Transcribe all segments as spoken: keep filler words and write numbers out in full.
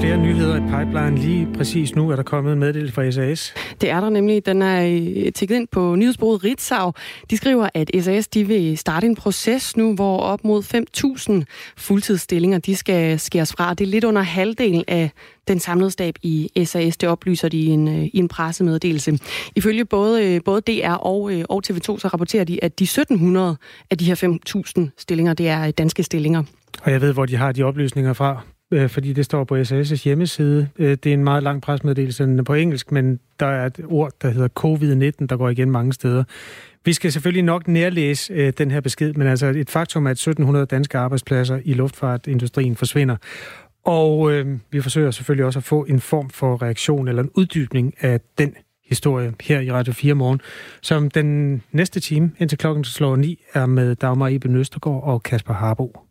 flere nyheder i pipeline. Lige præcis nu er der kommet en meddelelse fra S A S. Det er der nemlig. Den er tækket ind på nyhedsbureauet Ritzau. De skriver, at S A S de vil starte en proces nu, hvor op mod fem tusind fuldtidsstillinger de skal skæres fra. Det er lidt under halvdelen af den samlede stab i S A S. Det oplyser de i en, i en pressemeddelelse. Ifølge både, både D R og, og T V to, så rapporterer de, at de sytten hundrede af de her fem tusind stillinger, det er danske stillinger. Og jeg ved, hvor de har de oplysninger fra, fordi det står på S A S' hjemmeside. Det er en meget lang pressemeddelelse på engelsk, men der er et ord, der hedder covid nitten, der går igen mange steder. Vi skal selvfølgelig nok nærlæse den her besked, men altså et faktum er, at sytten hundrede danske arbejdspladser i luftfartindustrien forsvinder. Og øh, vi forsøger selvfølgelig også at få en form for reaktion eller en uddybning af den historie her i Radio fire Morgen, som den næste time, indtil klokken slår ni, er med Dagmar Eben Østergaard og Kasper Harbo.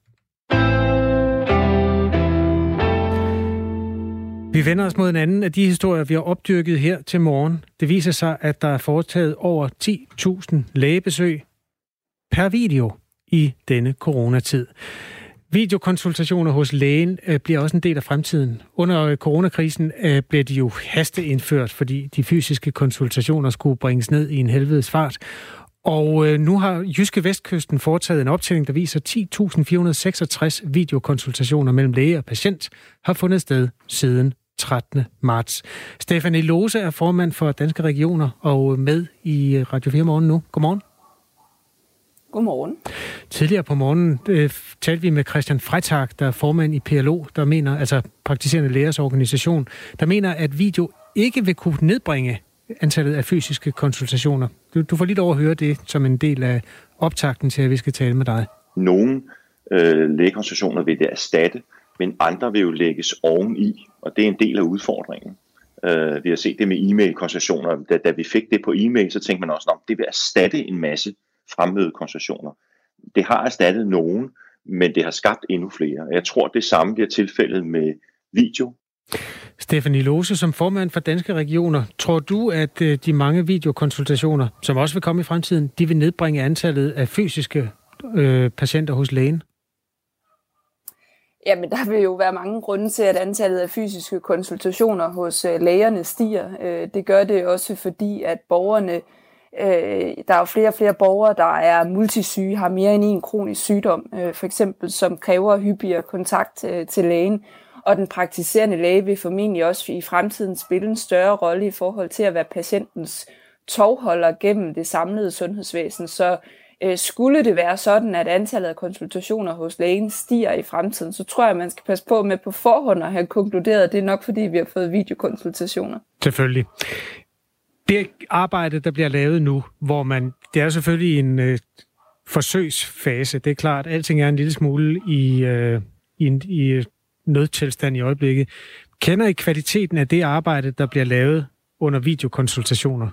Vi vender os mod en anden af de historier, vi har opdyrket her til morgen. Det viser sig, at der er foretaget over ti tusind lægebesøg per video i denne coronatid. Videokonsultationer hos lægen øh, bliver også en del af fremtiden. Under øh, coronakrisen øh, blev de jo hasteindført, fordi de fysiske konsultationer skulle bringes ned i en helvedes fart. Og øh, nu har Jyske Vestkysten foretaget en optælling, der viser, at ti tusind fire hundrede seksogtres videokonsultationer mellem læge og patient har fundet sted siden trettende marts. Stephanie Lose er formand for Danske Regioner og med i Radio fire Morgen nu. Godmorgen. Godmorgen. Tidligere på morgenen øh, talte vi med Christian Freitag, der er formand i P L O, der mener, altså praktiserende lægers organisation, der mener, at video ikke vil kunne nedbringe antallet af fysiske konsultationer. Du, du får lidt overhøre det som en del af optakten til, at vi skal tale med dig. Nogle øh, lægekonsultationer vil det erstatte, men andre vil jo lægges oveni, og det er en del af udfordringen. Øh, vi har set det med e-mail-konsultationer. Da, da vi fik det på e-mail, så tænkte man også, at det vil erstatte en masse fremmødekonsultationer. Det har erstattet nogen, men det har skabt endnu flere. Jeg tror, det samme bliver tilfældet med video. Stephanie Lose, som formand for Danske Regioner, tror du, at de mange videokonsultationer, som også vil komme i fremtiden, de vil nedbringe antallet af fysiske øh, patienter hos lægen? Jamen, der vil jo være mange grunde til, at antallet af fysiske konsultationer hos øh, lægerne stiger. Øh, det gør det også, fordi at borgerne, øh, der er jo flere og flere borgere, der er multisyge, har mere end en kronisk sygdom, øh, for eksempel, som kræver hyppigere kontakt øh, til lægen. Og den praktiserende læge vil formentlig også i fremtiden spille en større rolle i forhold til at være patientens tovholder gennem det samlede sundhedsvæsen. Så øh, skulle det være sådan, at antallet af konsultationer hos lægen stiger i fremtiden, så tror jeg, at man skal passe på med på forhånd at have konkluderet, at det er nok fordi, vi har fået videokonsultationer. Selvfølgelig. Det arbejde, der bliver lavet nu, hvor man, det er selvfølgelig en øh, forsøgsfase. Det er klart, at alting er en lille smule i, øh, i, i nødtilstand i øjeblikket. Kender I kvaliteten af det arbejde, der bliver lavet under videokonsultationer?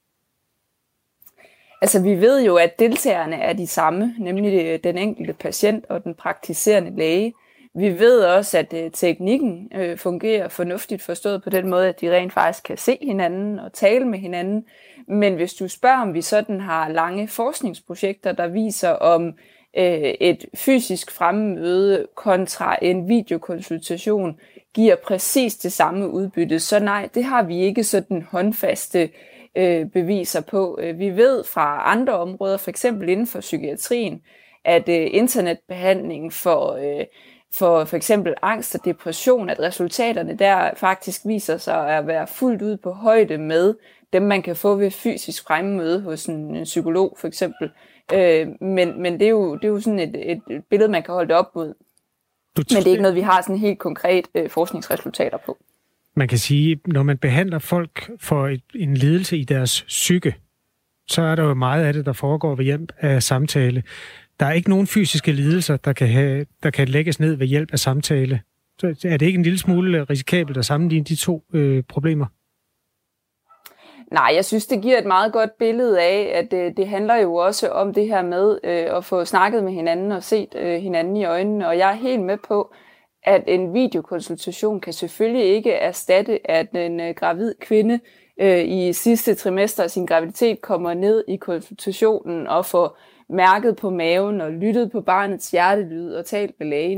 Altså, vi ved jo, at deltagerne er de samme, nemlig den enkelte patient og den praktiserende læge. Vi ved også, at teknikken øh, fungerer fornuftigt forstået på den måde, at de rent faktisk kan se hinanden og tale med hinanden. Men hvis du spørger, om vi sådan har lange forskningsprojekter, der viser om et fysisk fremmøde kontra en videokonsultation giver præcis det samme udbytte. Så nej, det har vi ikke sådan håndfaste øh, beviser på. Vi ved fra andre områder, for eksempel inden for psykiatrien, at øh, internetbehandling for, øh, for for eksempel angst og depression, at resultaterne der faktisk viser sig at være fuldt ud på højde med dem, man kan få ved fysisk fremmøde hos en, en psykolog for eksempel. Øh, men, men det er jo, det er jo sådan et, et billede, man kan holde det op mod. Men det er ikke noget, vi har sådan helt konkret øh, forskningsresultater på. Man kan sige, når man behandler folk for et, en lidelse i deres psyke, så er der jo meget af det, der foregår ved hjælp af samtale. Der er ikke nogen fysiske lidelser, der kan, have, der kan lægges ned ved hjælp af samtale. Så er det ikke en lille smule risikabelt at sammenligne de to øh, problemer? Nej, jeg synes, det giver et meget godt billede af, at det, det handler jo også om det her med øh, at få snakket med hinanden og set øh, hinanden i øjnene. Og jeg er helt med på, at en videokonsultation kan selvfølgelig ikke erstatte, at en øh, gravid kvinde øh, i sidste trimester af sin graviditet kommer ned i konsultationen og får mærket på maven og lyttet på barnets hjertelyd og talt med lægen.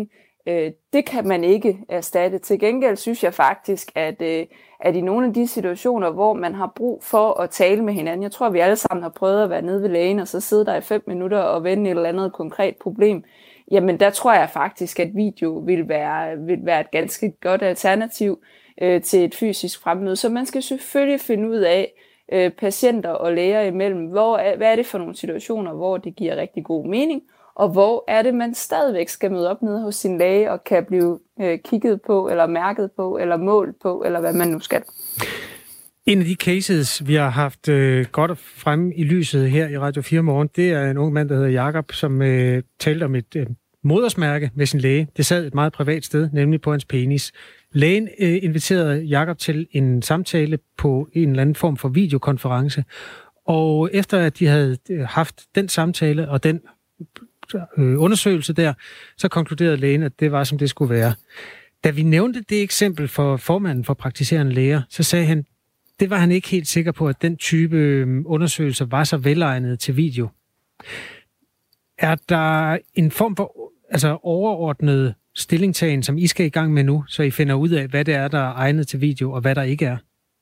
Øh, det kan man ikke erstatte. Til gengæld synes jeg faktisk, at, øh, at i nogle af de situationer, hvor man har brug for at tale med hinanden, jeg tror, vi alle sammen har prøvet at være nede ved lægen, og så sidde der i fem minutter og vende et eller andet konkret problem, jamen der tror jeg faktisk, at video vil være, vil være et ganske godt alternativ øh, til et fysisk fremmøde. Så man skal selvfølgelig finde ud af, øh, patienter og læger imellem, hvor er, hvad er det for nogle situationer, hvor det giver rigtig god mening, og hvor er det, man stadigvæk skal møde op nede hos sin læge og kan blive øh, kigget på, eller mærket på, eller målt på, eller hvad man nu skal. En af de cases, vi har haft øh, godt fremme i lyset her i Radio fire Morgen, det er en ung mand, der hedder Jakob, som øh, talte om et øh, modersmærke med sin læge. Det sad et meget privat sted, nemlig på hans penis. Lægen øh, inviterede Jakob til en samtale på en eller anden form for videokonference, og efter at de havde haft den samtale og den øh, undersøgelse der, så konkluderede lægen, at det var, som det skulle være. Da vi nævnte det eksempel for formanden for praktiserende læger, så sagde han, det var han ikke helt sikker på, at den type undersøgelser var så velegnet til video. Er der en form for altså overordnet stillingtagen, som I skal i gang med nu, så I finder ud af, hvad det er, der er egnet til video, og hvad der ikke er?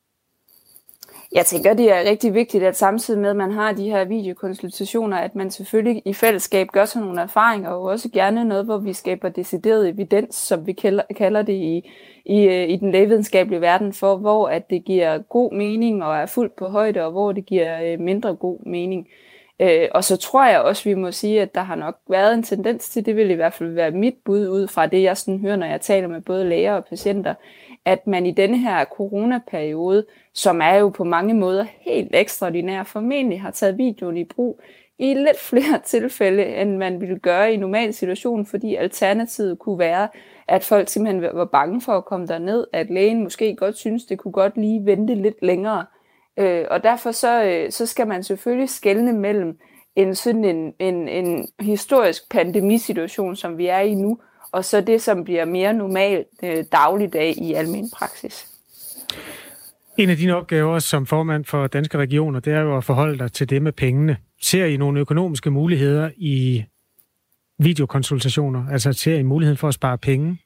Jeg tænker, det er rigtig vigtigt, at samtidig med, at man har de her videokonsultationer, at man selvfølgelig i fællesskab gør sig nogle erfaringer, og også gerne noget, hvor vi skaber decideret evidens, som vi kalder det i, i, i den lægevidenskabelige verden, for hvor at det giver god mening og er fuldt på højde, og hvor det giver mindre god mening. Og så tror jeg også, vi må sige, at der har nok været en tendens til, det vil i hvert fald være mit bud ud fra det, jeg sådan hører, når jeg taler med både læger og patienter, at man i denne her coronaperiode, som er jo på mange måder helt ekstraordinær, formentlig har taget videoen i brug i lidt flere tilfælde, end man ville gøre i en normal situation, fordi alternativet kunne være, at folk simpelthen var bange for at komme derned, at lægen måske godt synes, det kunne godt lige vente lidt længere. Og derfor så, så skal man selvfølgelig skelne mellem en sådan en, en, en historisk pandemisituation, som vi er i nu, og så det, som bliver mere normalt øh, dagligdag i almen praksis. En af dine opgaver som formand for Danske Regioner, det er jo at forholde dig til det med pengene. Ser I nogle økonomiske muligheder i videokonsultationer? Altså ser I muligheden for at spare penge?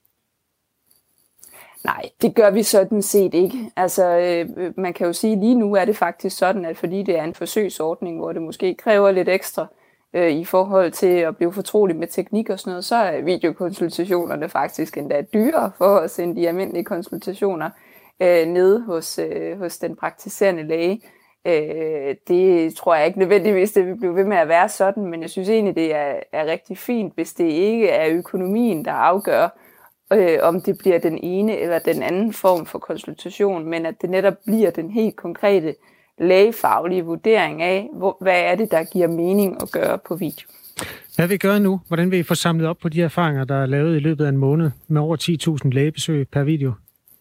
Nej, det gør vi sådan set ikke. Altså, øh, man kan jo sige, at lige nu er det faktisk sådan, at fordi det er en forsøgsordning, hvor det måske kræver lidt ekstra øh, i forhold til at blive fortrolig med teknik og sådan noget, så er videokonsultationerne faktisk endda dyrere for at sende de almindelige konsultationer øh, nede hos, øh, hos den praktiserende læge. Øh, det tror jeg ikke nødvendigvis, det vil blive ved med at være sådan, men jeg synes egentlig, det er, er rigtig fint, hvis det ikke er økonomien, der afgør, Øh, om det bliver den ene eller den anden form for konsultation, men at det netop bliver den helt konkrete lægefaglige vurdering af, hvor, hvad er det, der giver mening at gøre på video. Hvad vil I gøre nu? Hvordan vil I få samlet op på de erfaringer, der er lavet i løbet af en måned med over ti tusind lægebesøg per video?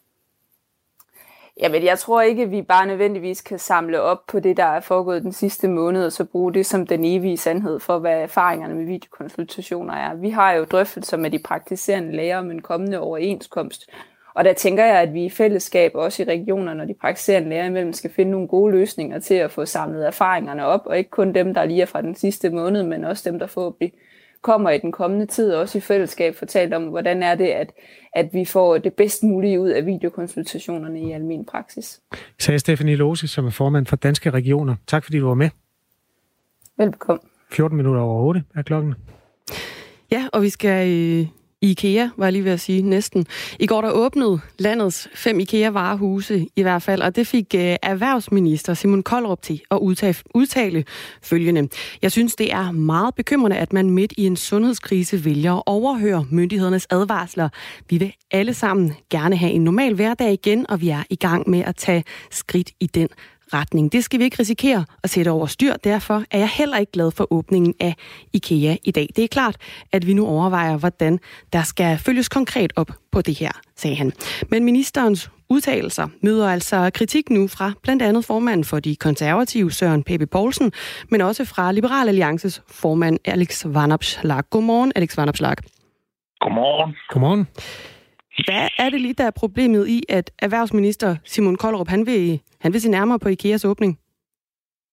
Jamen, jeg tror ikke, at vi bare nødvendigvis kan samle op på det, der er foregået den sidste måned, og så bruge det som den evige sandhed for, hvad erfaringerne med videokonsultationer er. Vi har jo drøftelser med de praktiserende læger om en kommende overenskomst, og der tænker jeg, at vi i fællesskab, også i regionerne og de praktiserende læger imellem, skal finde nogle gode løsninger til at få samlet erfaringerne op, og ikke kun dem, der lige er fra den sidste måned, men også dem, der forhåbentlig kommer i den kommende tid, også i fællesskab fortalt om, hvordan er det, at, at vi får det bedst mulige ud af videokonsultationerne i almen praksis. Sagde Stephanie Lose, som er formand for Danske Regioner. Tak fordi du var med. Velbekomme. fjorten minutter over otte er klokken. Ja, og vi skal i IKEA, var jeg lige ved at sige, næsten. I går der åbnede landets fem IKEA-varehuse i hvert fald, og det fik uh, erhvervsminister Simon Kollerup til at udtale, udtale følgende. Jeg synes, det er meget bekymrende, at man midt i en sundhedskrise vælger at overhøre myndighedernes advarsler. Vi vil alle sammen gerne have en normal hverdag igen, og vi er i gang med at tage skridt i den retning. Det skal vi ikke risikere at sætte over styr. Derfor er jeg heller ikke glad for åbningen af IKEA i dag. Det er klart, at vi nu overvejer, hvordan der skal følges konkret op på det her, sagde han. Men ministerens udtalelser møder altså kritik nu fra blandt andet formanden for de konservative, Søren Pape Poulsen, men også fra Liberal Alliances formand, Alex Vanopslagh. Godmorgen, Alex Vanopslagh. Godmorgen. Godmorgen. Hvad er det lige, der er problemet i, at erhvervsminister Simon Kollerup, han vil, han vil se nærmere på IKEAs åbning?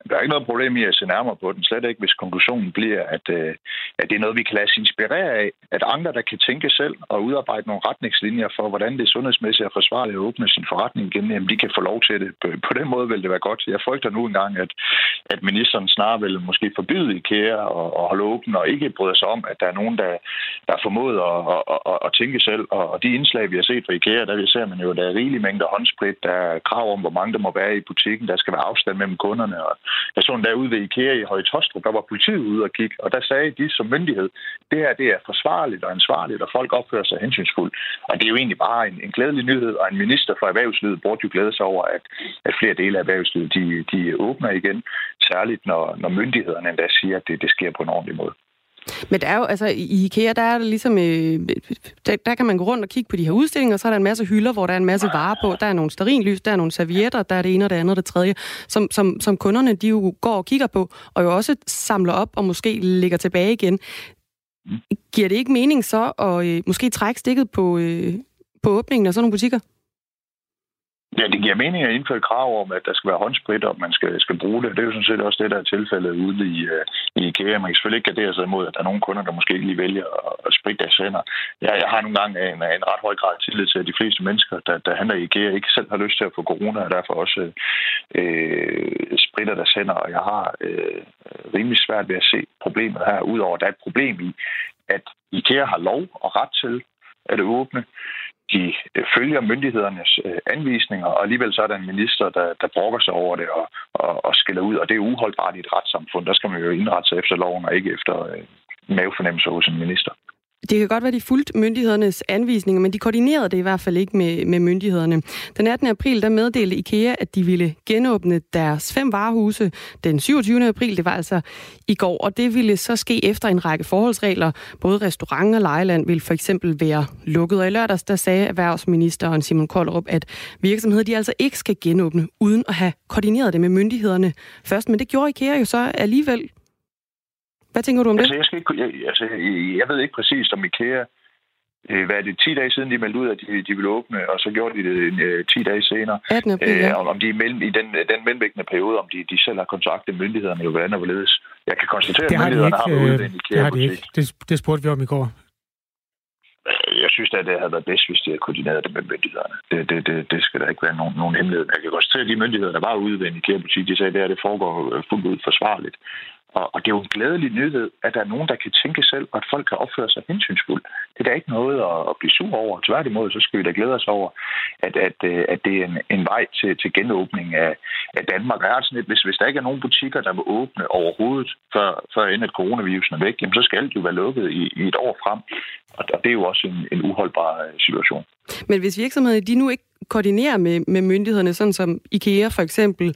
Der er ikke noget problem i at se nærmere på den, slet ikke, hvis konklusionen bliver, at, øh, at det er noget, vi kan lade os inspirere af, at andre, der kan tænke selv og udarbejde nogle retningslinjer for, hvordan det er sundhedsmæssigt og forsvarligt at åbne sin forretning igen, jamen de kan få lov til det. På, på den måde vil det være godt. Jeg frygter nu engang, at, at ministeren snarere vil måske forbyde IKEA og, og holde åben og ikke bryder sig om, at der er nogen, der, der er formået at, at, at, at tænke selv. Og, og de indslag, vi har set fra IKEA, der ser man jo, at der er rigelig mængder håndsprit, der er krav om, hvor mange der må være i butikken, der skal være afstand mellem kunderne. Og jeg så en derude ved IKEA i Høje Taastrup, der var politiet ude og kigge, og der sagde de som myndighed, det her det er forsvarligt og ansvarligt, og folk opfører sig hensynsfuldt. Og det er jo egentlig bare en, en glædelig nyhed, og en minister for erhvervslivet burde jo glæde sig over, at, at flere dele af erhvervslivet, de, de åbner igen, særligt når, når myndighederne endda siger, at det, det sker på en ordentlig måde. Men der er jo, altså i IKEA, der er det ligesom, øh, der, der kan man gå rundt og kigge på de her udstillinger, og så er der en masse hylder, hvor der er en masse varer på. Der er nogle stearinlys, der er nogle servietter, der er det ene og det andet og det tredje, som, som, som kunderne de jo går og kigger på, og jo også samler op og måske lægger tilbage igen. Giver det ikke mening så at øh, måske trække stikket på, øh, på åbningen af sådan nogle butikker? Ja, det giver mening at indføre krav om, at der skal være håndsprit, og man skal, skal bruge det. Det er jo sådan set også det, der er tilfældet ude i, uh, i IKEA. Man kan selvfølgelig ikke gardere sig imod, at der er nogle kunder, der måske ikke lige vælger at, at spritte deres hænder. Jeg, jeg har nogle gange en, en ret høj grad tillid til, at de fleste mennesker, der, der handler i IKEA, ikke selv har lyst til at få corona, og derfor også øh, spritter deres hænder. Og jeg har øh, rimelig svært ved at se problemet her, udover at der er et problem i, at IKEA har lov og ret til at åbne. De følger myndighedernes anvisninger, og alligevel så er der en minister, der, der brokker sig over det og, og, og skiller ud. Og det er uholdbart i et retssamfund. Der skal man jo indrette sig efter loven og ikke efter øh, mavefornemmelser hos en minister. Det kan godt være, de fulgte myndighedernes anvisninger, men de koordinerede det i hvert fald ikke med, med myndighederne. Den attende april, der meddelte IKEA, at de ville genåbne deres fem varehuse den syvogtyvende april. Det var altså i går, og det ville så ske efter en række forholdsregler. Både restaurant og lejeland ville for eksempel være lukket. Og i lørdags, der sagde erhvervsministeren Simon Kollerup, at virksomheder de altså ikke skal genåbne, uden at have koordineret det med myndighederne først. Men det gjorde IKEA jo så alligevel. Hvad tænker du om det? Altså, jeg, skal ikke, jeg, altså, jeg ved ikke præcis om IKEA, øh, hvad er det, ti dage siden de meldte ud, at de, de ville åbne, og så gjorde de det øh, ti dage senere. attende april, ja. øh, om de mellem, i den, den mellemvæggende periode, om de, de selv har kontaktet myndighederne, eller hvordan og hvorledes. Jeg kan konstatere, at myndighederne har været ude ved en IKEA. Det har de ikke. Det, det spurgte vi om i går. Jeg synes, at det havde været bedst, hvis de havde koordineret det med myndighederne. Det, det, det, det skal der ikke være nogen, nogen hemmelighed. Jeg kan konstatere, at de myndigheder, der var ude ved en IKEA-butik, de sagde, at det, her, det foregår fuldt ud forsvarligt. Og det er jo en glædelig nyhed, at der er nogen, der kan tænke selv, og at folk kan opføre sig hensynsfuldt. Det er da ikke noget at blive sur over. Tværtimod, så skal vi da glæde os over, at, at, at det er en, en vej til, til genåbning af, af Danmark. Og sådan et, hvis, hvis der ikke er nogen butikker, der vil åbne overhovedet, før, før end at coronavirusen er væk, jamen, så skal alt jo være lukket i, i et år frem. Og det er jo også en, en uholdbar situation. Men hvis virksomhederne de nu ikke koordinerer med, med myndighederne, sådan som IKEA for eksempel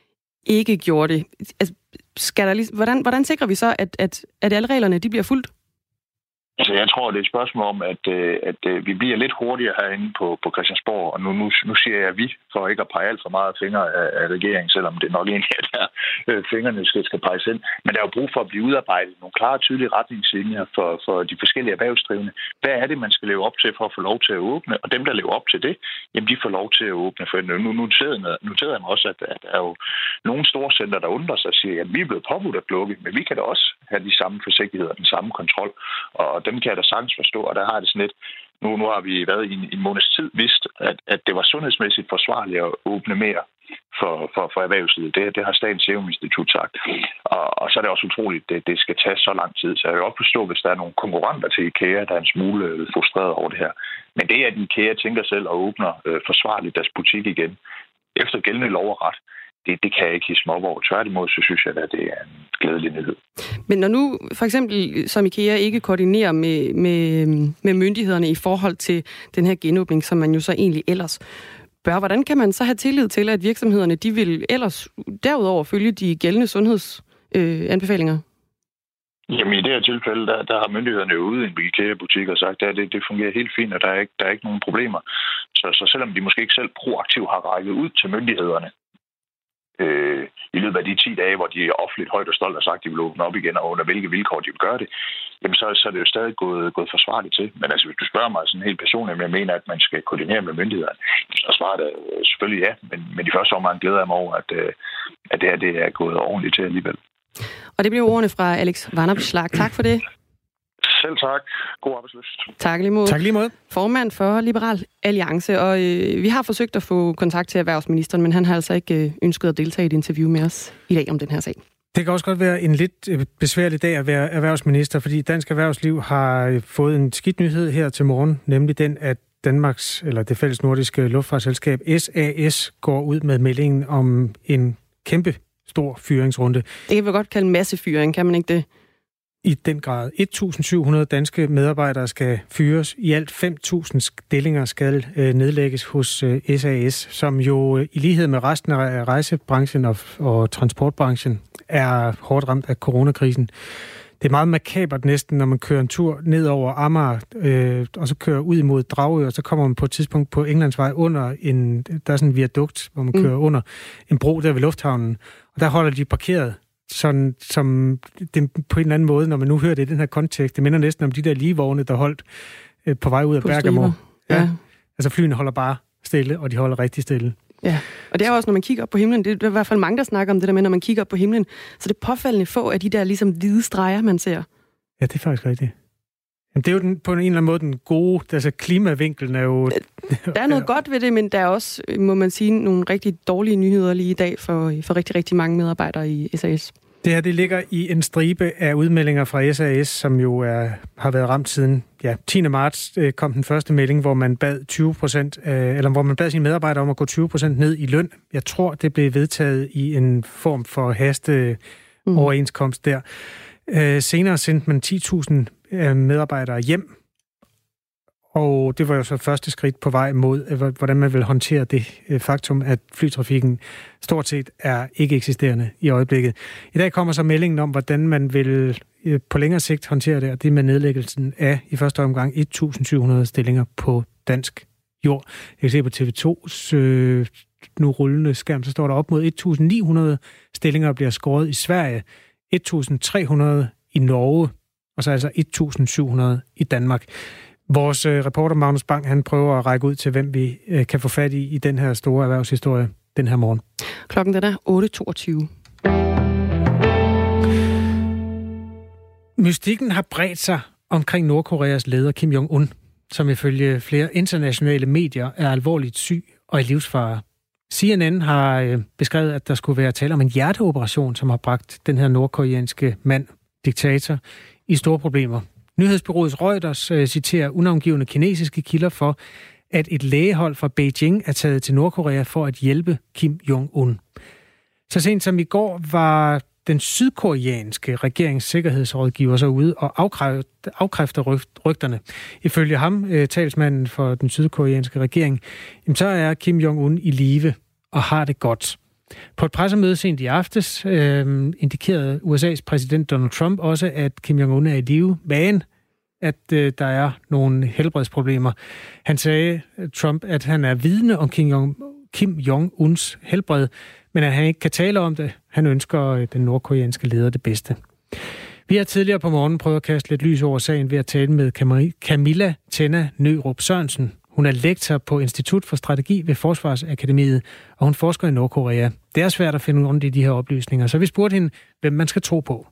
ikke gjorde det, altså, Skal der lige, hvordan, hvordan sikrer vi så, at, at, at alle reglerne de bliver fulgt? Altså, jeg tror, det er et spørgsmål om, at, at, at vi bliver lidt hurtigere herinde på, på Christiansborg, og nu, nu, nu siger jeg vi, for ikke at pege alt for meget fingre af, af regeringen, selvom det nok egentlig er der, øh, fingrene skal, skal peges ind. Men der er jo brug for at blive udarbejdet nogle klare og tydelige retningslinjer for, for de forskellige erhvervsdrivende. Hvad er det, man skal leve op til for at få lov til at åbne? Og dem, der lever op til det, jamen de får lov til at åbne. For nu noterede jeg mig også, at, at der er jo nogle store center, der undrer sig og siger, at vi er blevet påbudt at lukke, men vi kan da også have de samme forsigtigheder, den samme kontrol. Og dem kan jeg da sagtens forstå, og der har det sådan lidt, nu, nu har vi været i en, en måneds tid vist, at, at det var sundhedsmæssigt forsvarligt at åbne mere for, for, for erhvervslivet. Det, det har Statens Serum Institut sagt. Og, og så er det også utroligt, at det, det skal tage så lang tid. Så jeg vil også forstå, hvis der er nogle konkurrenter til IKEA, der er en smule frustreret over det her. Men det, at IKEA tænker selv og åbner øh, forsvarligt deres butik igen, efter gældende lov og ret, Det, det kan jeg ikke hisse mig op over. Tværtimod, så synes jeg, at det er en glædelig nyhed. Men når nu for eksempel som IKEA ikke koordinerer med, med, med myndighederne i forhold til den her genåbning, som man jo så egentlig ellers bør, hvordan kan man så have tillid til, at virksomhederne de vil ellers derudover følge de gældende sundhedsanbefalinger? Øh, Jamen i det her tilfælde, der, der har myndighederne jo ude i en IKEA-butik og sagt, at det, det fungerer helt fint, og der er ikke, der er ikke nogen problemer. Så, så selvom de måske ikke selv proaktivt har rækket ud til myndighederne, øh, i løbet af de ti dage, hvor de er offentligt højt og stolt og sagt, at de vil åbne op igen, og under hvilke vilkår de vil gøre det, jamen så, så er det jo stadig gået, gået forsvarligt til. Men altså, hvis du spørger mig sådan helt personligt, om jeg mener, at man skal koordinere med myndighederne, så svarer det selvfølgelig ja, men, men de første omgang glæder jeg mig over, at, at det her det er gået ordentligt til alligevel. Og det blev ordene fra Alex Vanopslagh. Tak for det. Selv tak. God arbejdslyst. Tak lige måde. Tak lige måde. Formand for Liberal Alliance, og øh, vi har forsøgt at få kontakt til erhvervsministeren, men han har altså ikke øh, ønsket at deltage i et interview med os i dag om den her sag. Det kan også godt være en lidt besværlig dag at være erhvervsminister, fordi Dansk Erhvervsliv har fået en skidt nyhed her til morgen, nemlig den, at Danmarks, eller det fælles nordiske luftfartsselskab S A S, går ud med meldingen om en kæmpe stor fyringsrunde. Det kan vi godt kalde massefyring, kan man ikke det? I den grad. et tusind syv hundrede danske medarbejdere skal fyres. I alt fem tusind stillinger skal øh, nedlægges hos øh, S A S, som jo øh, i lighed med resten af rejsebranchen og, og transportbranchen er hårdt ramt af coronakrisen. Det er meget makabert næsten, når man kører en tur ned over Amager, øh, og så kører ud imod Dragør, og så kommer man på et tidspunkt på Englandsvej under en, der er sådan en viadukt, hvor man mm. kører under en bro der ved lufthavnen, og der holder de parkeret. Sådan, som det, på en eller anden måde, når man nu hører det i den her kontekst, det minder næsten om de der ligevogne, der holdt øh, på vej ud af på Bergamo. Ja. ja. Altså flyene holder bare stille, og de holder rigtig stille. Ja, og det er også, når man kigger op på himlen, det er i hvert fald mange, der snakker om det der med, når man kigger op på himlen, så det er påfaldende få af de der ligesom hvide streger, man ser. Ja, det er faktisk rigtigt. Jamen, det er jo den, på en eller anden måde den gode, altså klimavinklen er jo... Der er noget ja. godt ved det, men der er også, må man sige, nogle rigtig dårlige nyheder lige i dag for, for rigtig, rigtig mange medarbejdere i S A S. Det her, det ligger i en stribe af udmeldinger fra S A S, som jo er, har været ramt siden ja, tiende marts øh, kom den første melding, hvor man bad tyve procent, øh, eller hvor man bad sine medarbejdere om at gå tyve procent ned i løn. Jeg tror, det blev vedtaget i en form for haste mm. overenskomst der. Øh, senere sendte man ti tusind øh, medarbejdere hjem, og det var jo så første skridt på vej mod, øh, hvordan man vil håndtere det øh, faktum, at flytrafikken stort set er ikke eksisterende i øjeblikket. I dag kommer så meldingen om, hvordan man vil øh, på længere sigt håndtere det, og det med nedlæggelsen af i første omgang et tusind syv hundrede stillinger på dansk jord. Jeg kan se på T V to's øh, nu rullende skærm, så står der op mod et tusind ni hundrede stillinger bliver skåret i Sverige, et tusind tre hundrede i Norge, og så altså et tusind syv hundrede i Danmark. Vores øh, reporter Magnus Bang, han prøver at række ud til, hvem vi øh, kan få fat i i den her store erhvervshistorie den her morgen. Klokken den er otte toogtyve. Mystikken har bredt sig omkring Nordkoreas leder Kim Jong-un, som ifølge flere internationale medier er alvorligt syg og i livsfare. C N N har øh, beskrevet, at der skulle være tale om en hjerteoperation, som har bragt den her nordkoreanske mand, diktator, i store problemer. Nyhedsbureauets Reuters øh, citerer unavngivne kinesiske kilder for, at et lægehold fra Beijing er taget til Nordkorea for at hjælpe Kim Jong-un. Så sent som i går var den sydkoreanske regeringssikkerhedsrådgiver så ude og afkræfter, afkræfter rygterne. Ifølge ham, øh, talsmanden for den sydkoreanske regering, jamen, så er Kim Jong-un i live og har det godt. På et pressemøde sent i aftes øh, indikerede U S A's præsident Donald Trump også, at Kim Jong-un er i live, men at øh, der er nogle helbredsproblemer. Han sagde, Trump, at han er vidne om Kim, Jong- Kim Jong-uns helbred, men at han ikke kan tale om det. Han ønsker øh, den nordkoreanske leder det bedste. Vi har tidligere på morgenen prøvet at kaste lidt lys over sagen ved at tale med Cam- Camilla Tenna Nørup Sørensen. Hun er lektor på Institut for Strategi ved Forsvarsakademiet, og hun forsker i Nordkorea. Det er svært at finde rundt i de her oplysninger, så vi spurgte hende, hvem man skal tro på.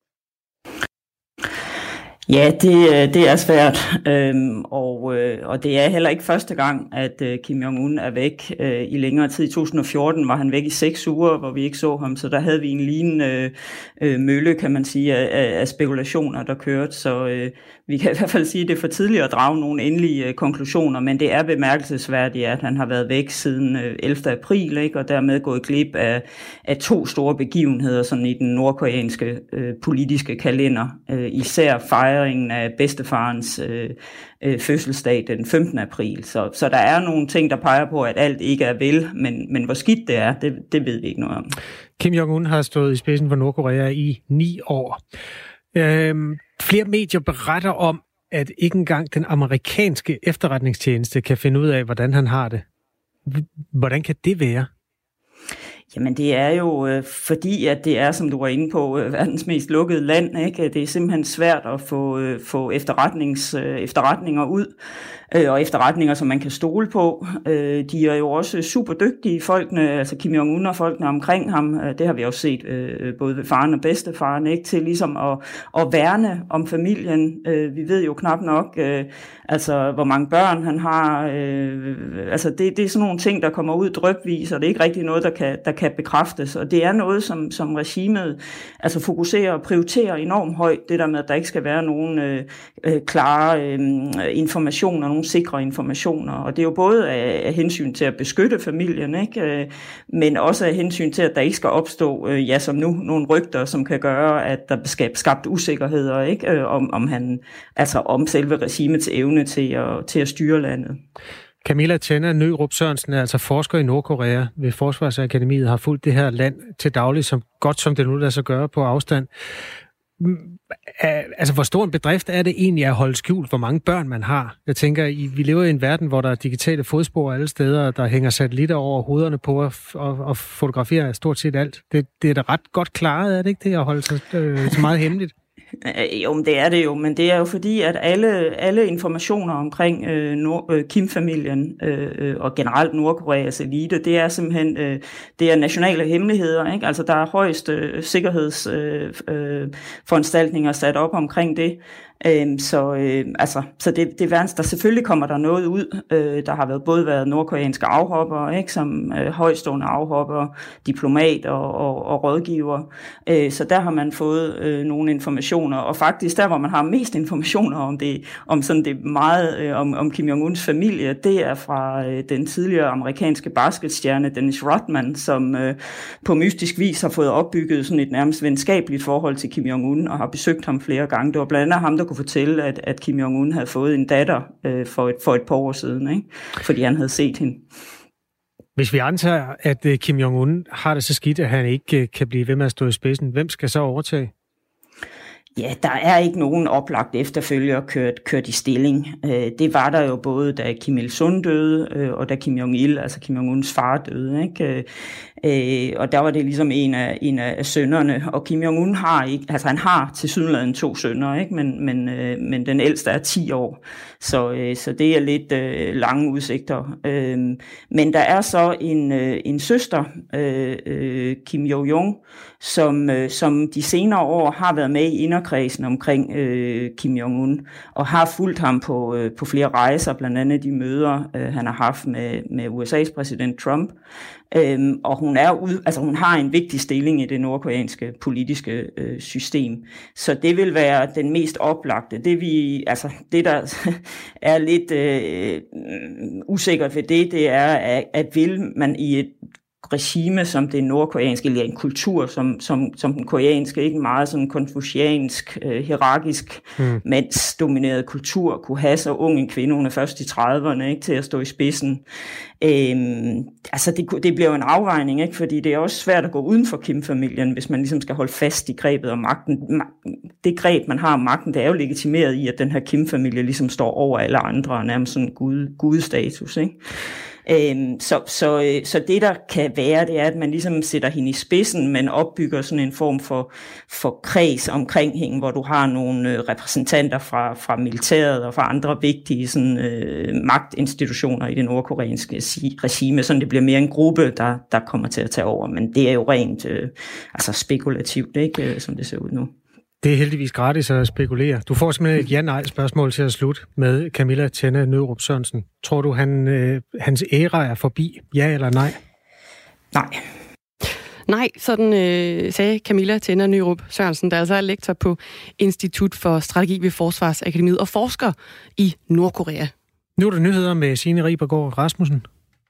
Ja, det, det er svært, øhm, og, øh, og det er heller ikke første gang, at øh, Kim Jong-un er væk øh, i længere tid. I to tusind og fjorten var han væk i seks uger, hvor vi ikke så ham, så der havde vi en lignende øh, mølle, kan man sige, af, af spekulationer, der kørte. Så øh, vi kan i hvert fald sige, at det er for tidligt at drage nogle endelige øh, konklusioner, men det er bemærkelsesværdigt, at han har været væk siden øh, ellevte april, ikke, og dermed gået glip af, af to store begivenheder sådan i den nordkoreanske øh, politiske kalender, øh, især fejre af bedstefarens øh, øh, fødselsdag den femtende april. Så, så der er nogle ting, der peger på, at alt ikke er vel, men, men hvor skidt det er, det, det ved vi ikke noget om. Kim Jong-un har stået i spidsen for Nordkorea i ni år. Øhm, flere medier beretter om, at ikke engang den amerikanske efterretningstjeneste kan finde ud af, hvordan han har det. Hvordan kan det være? Jamen det er jo øh, fordi, at det er, som du var inde på, øh, verdens mest lukkede land. Ikke? Det er simpelthen svært at få, øh, få efterretnings, øh, efterretninger ud, øh, og efterretninger, som man kan stole på. Øh, de er jo også super dygtige, folkene, altså Kim Jong-un og folkene omkring ham. Øh, det har vi også set øh, både ved faren og bedstefaren, ikke? Til ligesom at, at værne om familien. Øh, vi ved jo knap nok, øh, altså hvor mange børn han har. Øh, altså det, det er sådan nogle ting, der kommer ud drypvis, og det er ikke rigtig noget, der kan, der kan bekræftes. Og det er noget, som, som regimet altså fokuserer og prioriterer enormt højt, det der med, at der ikke skal være nogen øh, øh, klare øh, informationer, nogle sikre informationer. Og det er jo både af, af hensyn til at beskytte familien, ikke? Øh, men også af hensyn til, at der ikke skal opstå, øh, ja som nu, nogle rygter, som kan gøre, at der skal skabt usikkerheder, ikke? Øh, om, om, han, altså om selve regimets evne til at, til at styre landet. Camilla Tenna Nørup Sørensen er altså forsker i Nordkorea ved Forsvarsakademiet, har fulgt det her land til daglig, som godt som det nu lader sig gøre på afstand. Altså, hvor stor en bedrift er det egentlig at holde skjult, hvor mange børn man har? Jeg tænker, vi lever i en verden, hvor der er digitale fodspor alle steder, der hænger satellitter over hovederne på og, og, og fotograferer stort set alt. Det, det er da ret godt klaret, er det ikke det, at holde sig øh, så meget hemmeligt? Jo, men det er det jo, men det er jo fordi, at alle, alle informationer omkring øh, Nord, øh, Kim-familien øh, og generelt Nordkoreas elite, det er simpelthen øh, det er nationale hemmeligheder, ikke? Altså, der er højeste øh, sikkerhedsforanstaltninger øh, øh, sat op omkring det. Øhm, så øh, altså, så det, det værens, der selvfølgelig kommer der noget ud. Øh, der har været både været nordkoreanske afhopper, ikke, som øh, højstående afhopper, diplomat og, og, og rådgiver. Øh, så der har man fået øh, nogle informationer, og faktisk der, hvor man har mest informationer om det, om sådan det meget øh, om, om Kim Jong-uns familie, det er fra øh, den tidligere amerikanske basketstjerne Dennis Rodman, som øh, på mystisk vis har fået opbygget sådan et nærmest venskabeligt forhold til Kim Jong-un og har besøgt ham flere gange. Det var blandt andet ham, der kunne fortælle, at, at Kim Jong-un havde fået en datter øh, for, et, for et par år siden, ikke? Fordi han havde set hende. Hvis vi antager, at uh, Kim Jong-un har det så skidt, at han ikke uh, kan blive ved med at stå i spidsen, hvem skal så overtage? Ja, der er ikke nogen oplagt efterfølger kørt, kørt i stilling. Det var der jo både, da Kim Il-sung døde, og da Kim Jong-il, altså Kim Jong-uns far, døde, ikke? Og der var det ligesom en af, en af sønnerne, og Kim Jong-un har ikke, altså han har tilsyneladende to sønner, ikke? Men, men, men den ældste er ti år, så, så det er lidt uh, lange udsigter. Men der er så en, en søster, uh, Kim Yo-jong, som, som de senere år har været med i inderkredsen omkring øh, Kim Jong-un, og har fulgt ham på, øh, på flere rejser, blandt andet de møder, øh, han har haft med, med U S A's præsident Trump. Øhm, og hun, er ud, altså hun har en vigtig stilling i det nordkoreanske politiske øh, system. Så det vil være den mest oplagte. Det, vi, altså, det der er lidt øh, usikkert ved det, det er, at, at vil man i et regime som det nordkoreanske, eller en kultur som, som, som den koreanske, ikke meget sådan konfuciansk, øh, hierarkisk, mm. mandsdomineret kultur, kunne have så ung en kvinde, hun er først i trediverne, ikke, til at stå i spidsen. Øhm, altså det, det bliver jo en afvejning, ikke, fordi det er også svært at gå uden for Kim-familien, hvis man ligesom skal holde fast i grebet om magten. Det greb, man har om magten, det er jo legitimeret i, at den her Kim-familie ligesom står over alle andre, og nærmest sådan gud, gudestatus, ikke? Øhm, så, så, så det der kan være, det er, at man ligesom sætter hende i spidsen, men opbygger sådan en form for, for kreds omkring hende, hvor du har nogle øh, repræsentanter fra, fra militæret og fra andre vigtige sådan, øh, magtinstitutioner i det nordkoreanske regime, så det bliver mere en gruppe, der, der kommer til at tage over. Men det er jo rent øh, altså spekulativt, ikke, som det ser ud nu. Det er heldigvis gratis at spekulere. Du får simpelthen et ja-nej-spørgsmål til at slutte med Camilla Tenna Nørup Sørensen. Tror du, han, øh, hans æra er forbi? Ja eller nej? Nej. Nej, sådan øh, sagde Camilla Tenna Nørup Sørensen, der altså er lektor på Institut for Strategi ved Forsvarsakademiet og forsker i Nordkorea. Nu er der nyheder med Signe Ribergaard Rasmussen.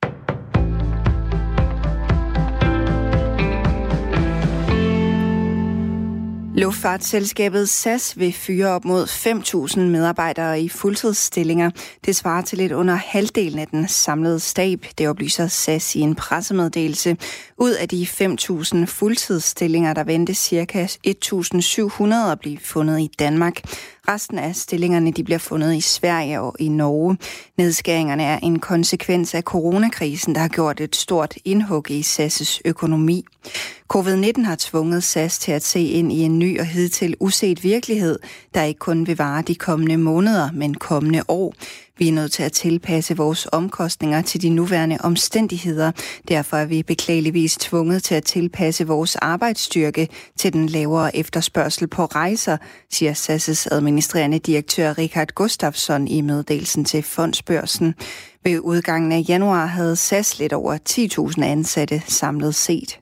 Luftfartsselskabet S A S vil fyre op mod fem tusind medarbejdere i fuldtidsstillinger. Det svarer til lidt under halvdelen af den samlede stab, det oplyser S A S i en pressemeddelelse. Ud af de fem tusind fuldtidsstillinger, der ventes ca. et tusind syv hundrede at blive fundet i Danmark. Resten af stillingerne de bliver fundet i Sverige og i Norge. Nedskæringerne er en konsekvens af coronakrisen, der har gjort et stort indhug i S A S' økonomi. covid nitten har tvunget S A S til at se ind i en ny og hidtil uset virkelighed, der ikke kun vil vare de kommende måneder, men kommende år. Vi er nødt til at tilpasse vores omkostninger til de nuværende omstændigheder. Derfor er vi beklageligvis tvunget til at tilpasse vores arbejdsstyrke til den lavere efterspørgsel på rejser, siger S A S' administrerende direktør Richard Gustafsson i meddelelsen til Fondsbørsen. Ved udgangen af januar havde S A S lidt over ti tusind ansatte samlet set.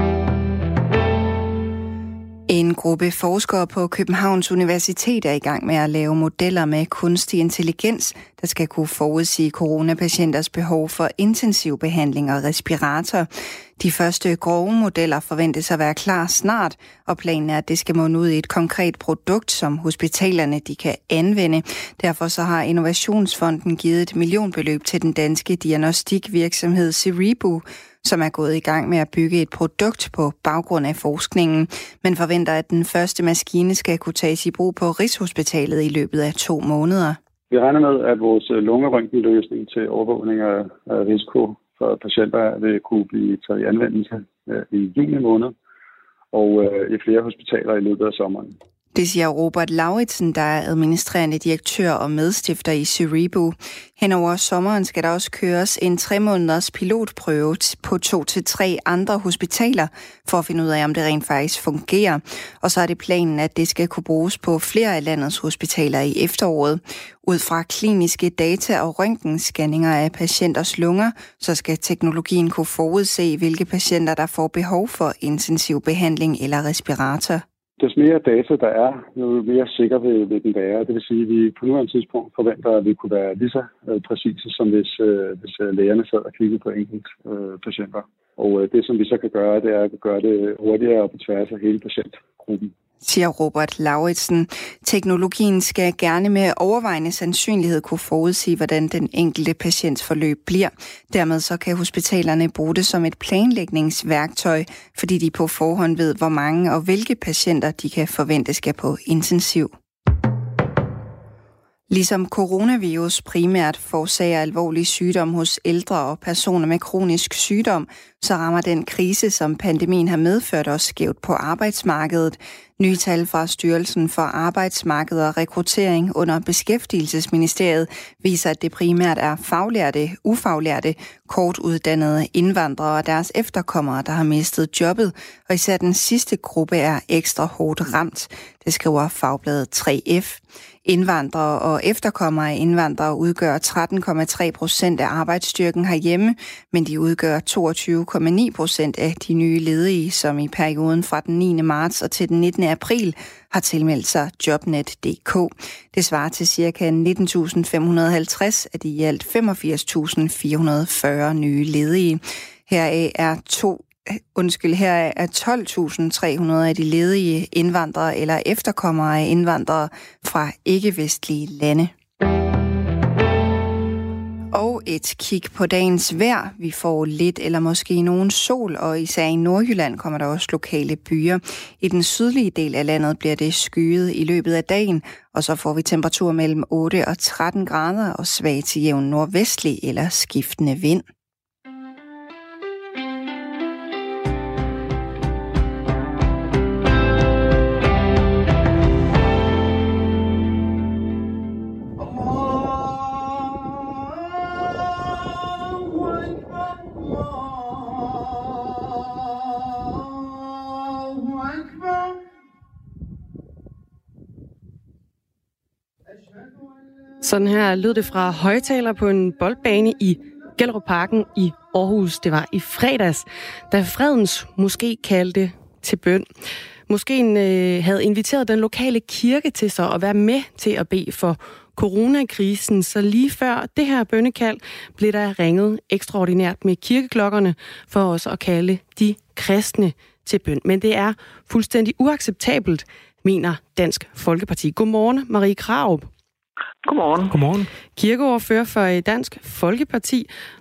En gruppe forskere på Københavns Universitet er i gang med at lave modeller med kunstig intelligens, der skal kunne forudsige coronapatienters behov for intensiv behandling og respirator. De første grove modeller forventes at være klar snart, og planen er, at det skal munde ud i et konkret produkt, som hospitalerne de kan anvende. Derfor så har Innovationsfonden givet et millionbeløb til den danske diagnostikvirksomhed Cerebro, som er gået i gang med at bygge et produkt på baggrund af forskningen, men forventer, at den første maskine skal kunne tages i brug på Rigshospitalet i løbet af to måneder. Vi regner med, at vores lungerøntgenløsning til overvågning af risiko for patienter vil kunne blive taget i anvendelse i juni måned og i flere hospitaler i løbet af sommeren. Det siger Robert Lauritsen, der er administrerende direktør og medstifter i Cerebro. Henover sommeren skal der også køres en tre måneders pilotprøve på to til tre andre hospitaler, for at finde ud af, om det rent faktisk fungerer. Og så er det planen, at det skal kunne bruges på flere af landets hospitaler i efteråret. Ud fra kliniske data og røntgenscanninger af patienters lunger, så skal teknologien kunne forudse, hvilke patienter, der får behov for intensiv behandling eller respirator. Des mere data der er, jo mere sikker vil, vil den være. Det vil sige, at vi på nuværende tidspunkt forventer, at vi kunne være lige så øh, præcise, som hvis, øh, hvis lægerne sad og kiggede på enkelt øh, patienter. Og øh, det, som vi så kan gøre, det er at gøre det hurtigere og på tværs af hele patientgruppen, siger Robert Lauritsen. Teknologien skal gerne med overvejende sandsynlighed kunne forudsige, hvordan den enkelte patients forløb bliver. Dermed så kan hospitalerne bruge det som et planlægningsværktøj, fordi de på forhånd ved, hvor mange og hvilke patienter de kan forvente skal på intensiv. Ligesom coronavirus primært forårsager alvorlig sygdom hos ældre og personer med kronisk sygdom, så rammer den krise, som pandemien har medført, os skævt på arbejdsmarkedet. Nye tal fra Styrelsen for Arbejdsmarked og Rekruttering under Beskæftigelsesministeriet viser, at det primært er faglærte, ufaglærte, kortuddannede indvandrere og deres efterkommere, der har mistet jobbet, og især den sidste gruppe er ekstra hårdt ramt. Det skriver fagbladet tre F. Indvandrere og efterkommere af indvandrere udgør tretten komma tre procent af arbejdsstyrken herhjemme, men de udgør toogtyve komma ni procent af de nye ledige, som i perioden fra den niende marts og til den nittende april har tilmeldt sig Jobnet punktum d k. Det svarer til ca. nitten tusind fem hundrede og halvtreds af de i alt femogfirs tusind fire hundrede og fyrre nye ledige. Heraf er to Undskyld, her er tolv tusind tre hundrede af de ledige indvandrere eller efterkommere af indvandrere fra ikke-vestlige lande. Og et kig på dagens vejr. Vi får lidt eller måske nogen sol, og især i Nordjylland kommer der også lokale byer. I den sydlige del af landet bliver det skyet i løbet af dagen, og så får vi temperatur mellem otte og tretten grader og svag til jævn nordvestlig eller skiftende vind. Sådan her lød det fra højtaler på en boldbane i Gellerupparken i Aarhus. Det var i fredags, da Fredens Moské kaldte til bøn. Moskéen øh, havde inviteret den lokale kirke til sig at være med til at bede for coronakrisen, så lige før det her bønnekald blev der ringet ekstraordinært med kirkeklokkerne for os at kalde de kristne til bøn. Men det er fuldstændig uacceptabelt, mener Dansk Folkeparti. Godmorgen, Marie Krarup. Godmorgen. Godmorgen. Kirkeordfører for Dansk Folkeparti.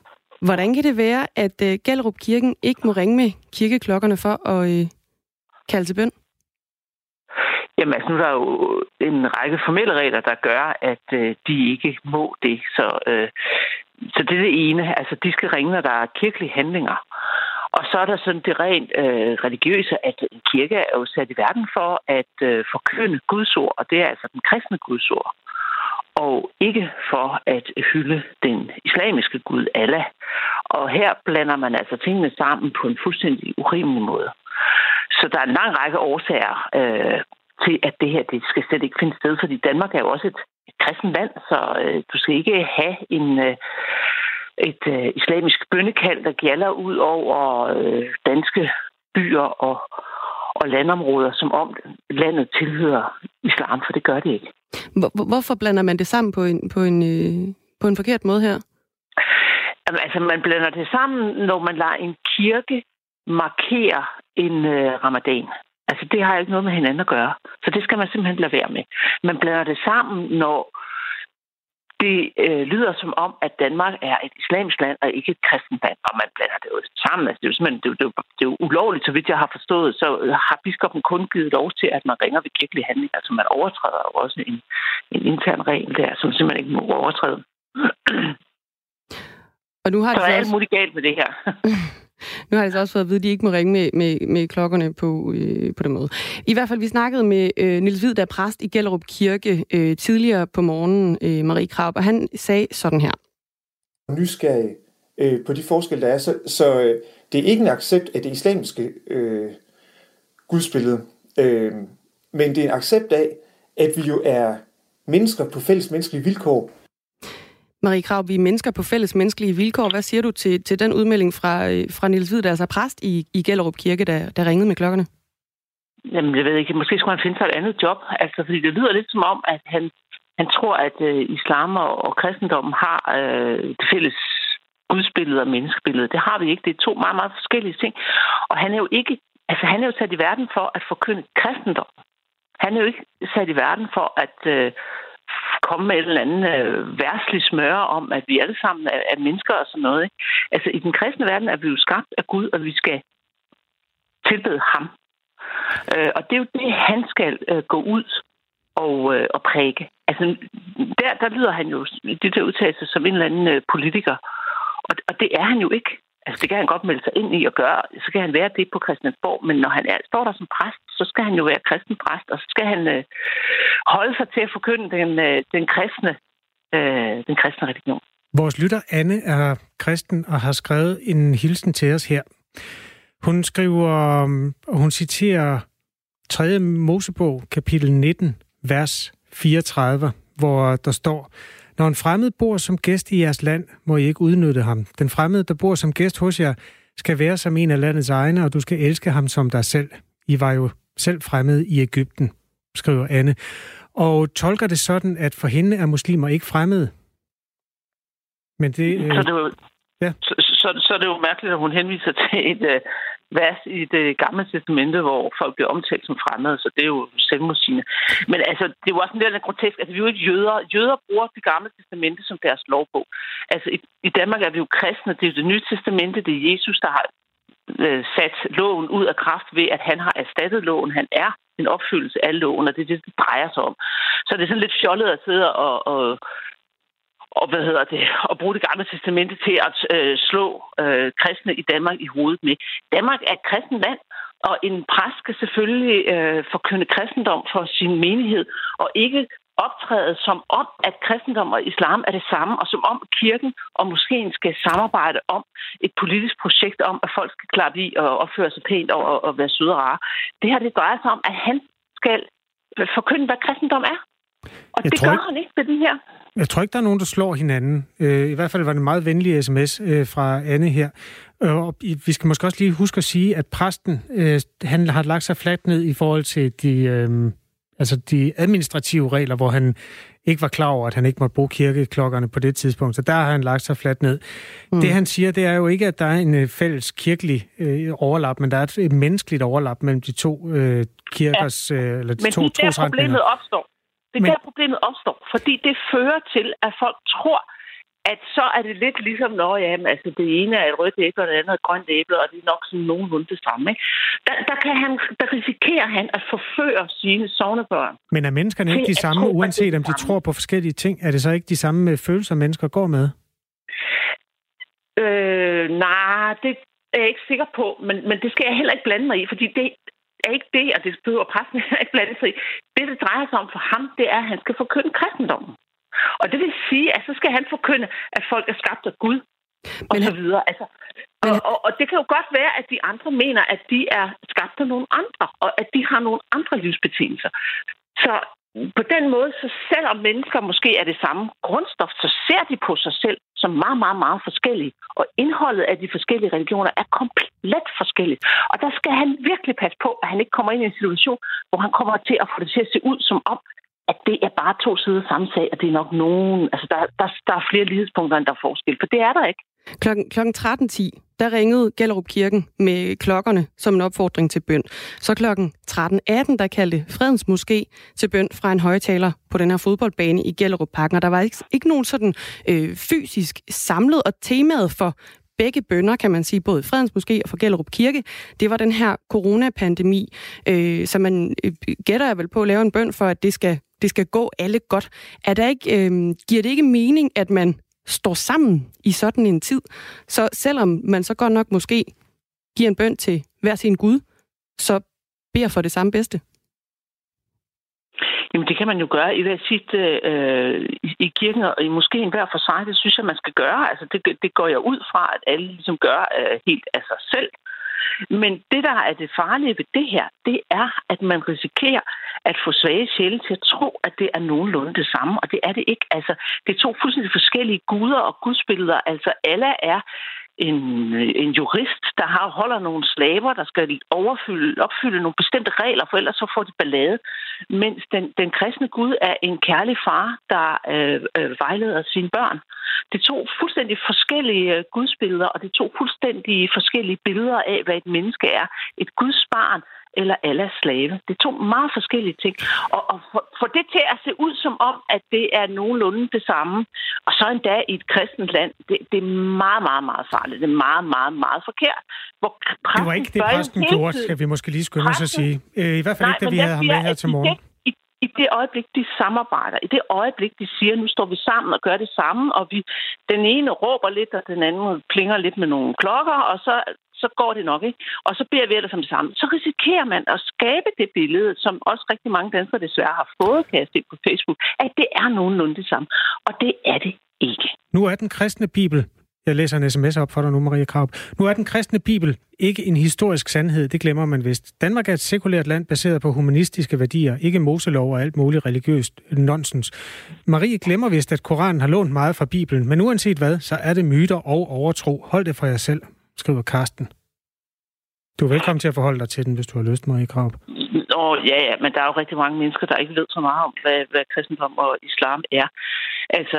Hvordan kan det være, at uh, Gellerup Kirken ikke må ringe med kirkeklokkerne for at uh, kalde til bøn? Jamen altså, nu er der jo en række formelle regler, der gør, at øh, de ikke må det. Så, øh, så det er det ene. Altså, de skal ringe, når der er kirkelige handlinger. Og så er der sådan det rent øh, religiøse, at en kirke er jo sat i verden for at øh, forkynde Guds ord, og det er altså den kristne Guds ord. Og ikke for at hylde den islamiske Gud Allah. Og her blander man altså tingene sammen på en fuldstændig urimelig måde. Så der er en lang række årsager øh, til, at det her det skal slet ikke finde sted, fordi Danmark er jo også et, et kristent land, så øh, du skal ikke have en, øh, et øh, islamisk bønnekald, der gælder ud over øh, danske byer og, og landområder, som om landet tilhører islam, for det gør det ikke. Hvor, hvorfor blander man det sammen på en, på en, øh, på en forkert måde her? Jamen, altså, man blander det sammen, når man lader en kirke markere en øh, ramadan. Altså, det har ikke noget med hinanden at gøre. Så det skal man simpelthen lade være med. Man blander det sammen, når det øh, lyder som om, at Danmark er et islamisk land og ikke et kristent land. Og man blander det jo sammen. Altså, det er jo simpelthen det er, det er, det er jo ulovligt, så vidt jeg har forstået. Så har biskoppen kun givet lov til, at man ringer ved kirkelige handlinger. Altså, man overtræder jo også en, en intern regel der, som simpelthen ikke må overtræde. Og nu har så det er også... alt muligt galt med det her. Nu har jeg så også fået at vide, at de ikke må ringe med, med, med klokkerne på, øh, på den måde. I hvert fald, vi snakkede med øh, Niels Hvid, der er præst i Gellerup Kirke øh, tidligere på morgenen, øh, Marie Krarup, og han sagde sådan her. Nysgerrig øh, på de forskelle, der er, så, så øh, det er ikke en accept af det islamiske øh, gudsbillede, øh, men det er en accept af, at vi jo er mennesker på fælles menneskelige vilkår. Marie Krarup, vi er mennesker på fælles menneskelige vilkår. Hvad siger du til, til den udmelding fra, fra Niels Hvid, der er så præst i, i Gellerup Kirke, der, der ringede med klokkerne? Jamen, jeg ved ikke. Måske skulle han finde sig et andet job. Altså, fordi det lyder lidt som om, at han, han tror, at uh, islam og, og kristendommen har uh, det fælles gudsbillede og menneskebillede. Det har vi ikke. Det er to meget, meget forskellige ting. Og han er jo ikke, altså han er jo sat i verden for at forkynde kristendom. Han er jo ikke sat i verden for at uh, komme med et eller andet øh, værslig smøre om, at vi alle sammen er, er mennesker og sådan noget. Ikke? Altså, i den kristne verden er vi jo skabt af Gud, og vi skal tilbede ham. Øh, og det er jo det, han skal øh, gå ud og, øh, og præke. Altså, der, der lyder han jo det der udtalelse som en eller anden øh, politiker. Og, og det er han jo ikke. Altså, det kan han godt melde sig ind i og gøre. Så kan han være det på Christiansborg. Men når han er, står der som præst, så skal han jo være kristen præst. Og så skal han øh, holde sig til at forkynde den, øh, den, kristne, øh, den kristne religion. Vores lytter Anne er kristen og har skrevet en hilsen til os her. Hun skriver, og hun citerer tredje Mosebog, kapitel nitten, vers fireogtredive, hvor der står: Når en fremmed bor som gæst i jeres land, må I ikke udnytte ham. Den fremmede, der bor som gæst hos jer, skal være som en af landets egne, og du skal elske ham som dig selv. I var jo selv fremmede i Egypten, skriver Anne. Og tolker det sådan, at for hende er muslimer ikke fremmede? Men det... Øh... Så, det jo, ja. så, så, så er det jo mærkeligt, at hun henviser til et øh, vers i det gamle testamente, hvor folk bliver omtalt som fremmede, så det er jo selvmodsigende. Men altså, det er jo også en lidt grotesk. Altså, vi er jo ikke jøder. Jøder bruger det gamle testamente som deres lovbog. Altså, i, i Danmark er vi jo kristne. Det er jo det nye testamente. Det er Jesus, der har øh, sat loven ud af kraft ved, at han har erstattet loven. Han er en opfyldelse af loven, og det er det, det drejer sig om. Så det er sådan lidt fjollet at sidde og... og og hvad hedder det, og bruge det gamle testamente til at øh, slå øh, kristne i Danmark i hovedet med. Danmark er et kristent land, og en præst skal selvfølgelig øh, forkynde kristendom for sin menighed, og ikke optræde som om, at kristendom og islam er det samme, og som om kirken og moskeen skal samarbejde om et politisk projekt om, at folk skal klappe i og opføre sig pænt og, og, og være søde og rare. Det her, det drejer sig om, at han skal forkynde, hvad kristendom er. Og jeg det gør ikke, han ikke ved den her. Jeg tror ikke, der er nogen, der slår hinanden. I hvert fald var det en meget venlig sms fra Anne her. Og vi skal måske også lige huske at sige, at præsten han har lagt sig fladt ned i forhold til de, altså de administrative regler, hvor han ikke var klar over, at han ikke måtte bruge kirkeklokkerne på det tidspunkt. Så der har han lagt sig fladt ned. Mm. Det han siger, det er jo ikke, at der er en fælles kirkelig øh, overlap, men der er et menneskeligt overlap mellem de to øh, kirkers, ja. øh, eller de men to trosretninger. Men det er der problemet opstår. Det er Men... der problemet opstår, fordi det fører til, at folk tror, at så er det lidt ligesom, når jamen, altså det ene er et rødt æble, og det andet er et grønt æble, og det er nok sådan nogenlunde det samme. Ikke? Der, der, kan han, der risikerer han at forføre sine sognebørn. Men er menneskerne ikke de samme, tro, uanset om de samme. tror på forskellige ting? Er det så ikke de samme følelser, mennesker går med? Øh, nej, det er jeg ikke sikker på, men, men det skal jeg heller ikke blande mig i, fordi det er ikke det, og det behøver præsten ikke blande sig i. Det, det drejer sig om for ham, det er, at han skal forkynde kristendommen. Og det vil sige, at så skal han forkynde, at folk er skabt af Gud, og så videre. Altså, og, og, og det kan jo godt være, at de andre mener, at de er skabt af nogle andre, og at de har nogle andre livsbetingelser. Så på den måde, så selvom mennesker måske er det samme grundstof, så ser de på sig selv som meget, meget, meget forskellige. Og indholdet af de forskellige religioner er komplet forskelligt. Og der skal han virkelig passe på, at han ikke kommer ind i en situation, hvor han kommer til at få det til at se ud som om, at det er bare to sider samme sag, og det er nok nogen... Altså, der, der, der er flere lighedspunkter, end der er forskel, for det er der ikke. Klokken, klokken tretten ti, der ringede Gellerup Kirken med klokkerne som en opfordring til bøn. Så klokken tretten atten, der kaldte Fredens Moské til bøn fra en højtaler på den her fodboldbane i Gellerup Parken. Og der var ikke, ikke nogen sådan øh, fysisk samlet, og temaet for begge bønner, kan man sige, både Fredens Moské og for Gellerup Kirke, det var den her coronapandemi, øh, så man øh, gætter jeg vel på at lave en bøn for, at det skal, det skal gå alle godt. Er der ikke, øh, giver det ikke mening, at man står sammen i sådan en tid, så selvom man så godt nok måske giver en bøn til hver sin Gud, så beder for det samme bedste? Jamen, det kan man jo gøre i hver sit øh, i, i kirken og i moskéen hver for sig. Det synes jeg, man skal gøre. Altså, det, det går jeg ud fra, at alle ligesom gør øh, helt af sig selv. Men det, der er det farlige ved det her, det er, at man risikerer at få svage sjæle til at tro, at det er nogenlunde det samme, og det er det ikke. Altså, det er to fuldstændig forskellige guder og gudsbilleder. Altså, Allah er en, en jurist, der har holder nogle slaver, der skal overfylde, opfylde nogle bestemte regler, for ellers så får de ballade. Mens den, den kristne Gud er en kærlig far, der øh, øh, vejleder sine børn. Det er to fuldstændig forskellige gudsbilleder, og det er to fuldstændig forskellige billeder af, hvad et menneske er. Et Guds barn eller Allahs slave. Det er to meget forskellige ting. Og, og for, for det til at se ud som om, at det er nogenlunde det samme, og så endda i et kristent land, det, det er meget, meget, meget farligt. Det er meget, meget, meget forkert. Hvor det var ikke det, præsten gjorde, skal vi måske lige skynde os at sige. I hvert fald nej, ikke, da vi havde ham med her til morgen. I, I det øjeblik, de samarbejder, i det øjeblik, de siger, nu står vi sammen og gør det samme, og vi, den ene råber lidt, og den anden plinger lidt med nogle klokker, og så så går det nok, ikke? Og så beder vi ellers som det samme. Så risikerer man at skabe det billede, som også rigtig mange danskere desværre har fået, kan jeg se på Facebook, at det er nogenlunde det samme. Og det er det ikke. Nu er den kristne bibel, jeg læser en sms op for dig nu, Marie Krarup. Nu er den kristne bibel ikke en historisk sandhed, det glemmer man vist. Danmark er et sekulært land baseret på humanistiske værdier, ikke moselov og alt muligt religiøst nonsens. Marie glemmer vist, at Koranen har lånt meget fra Bibelen, men uanset hvad, så er det myter og overtro. Hold det for jer selv, skriver Karsten. Du er velkommen til at forholde dig til den, hvis du har lyst, Marie Krarup. Åh, ja, ja, men der er jo rigtig mange mennesker, der ikke ved så meget om, hvad, hvad kristendom og islam er. Altså,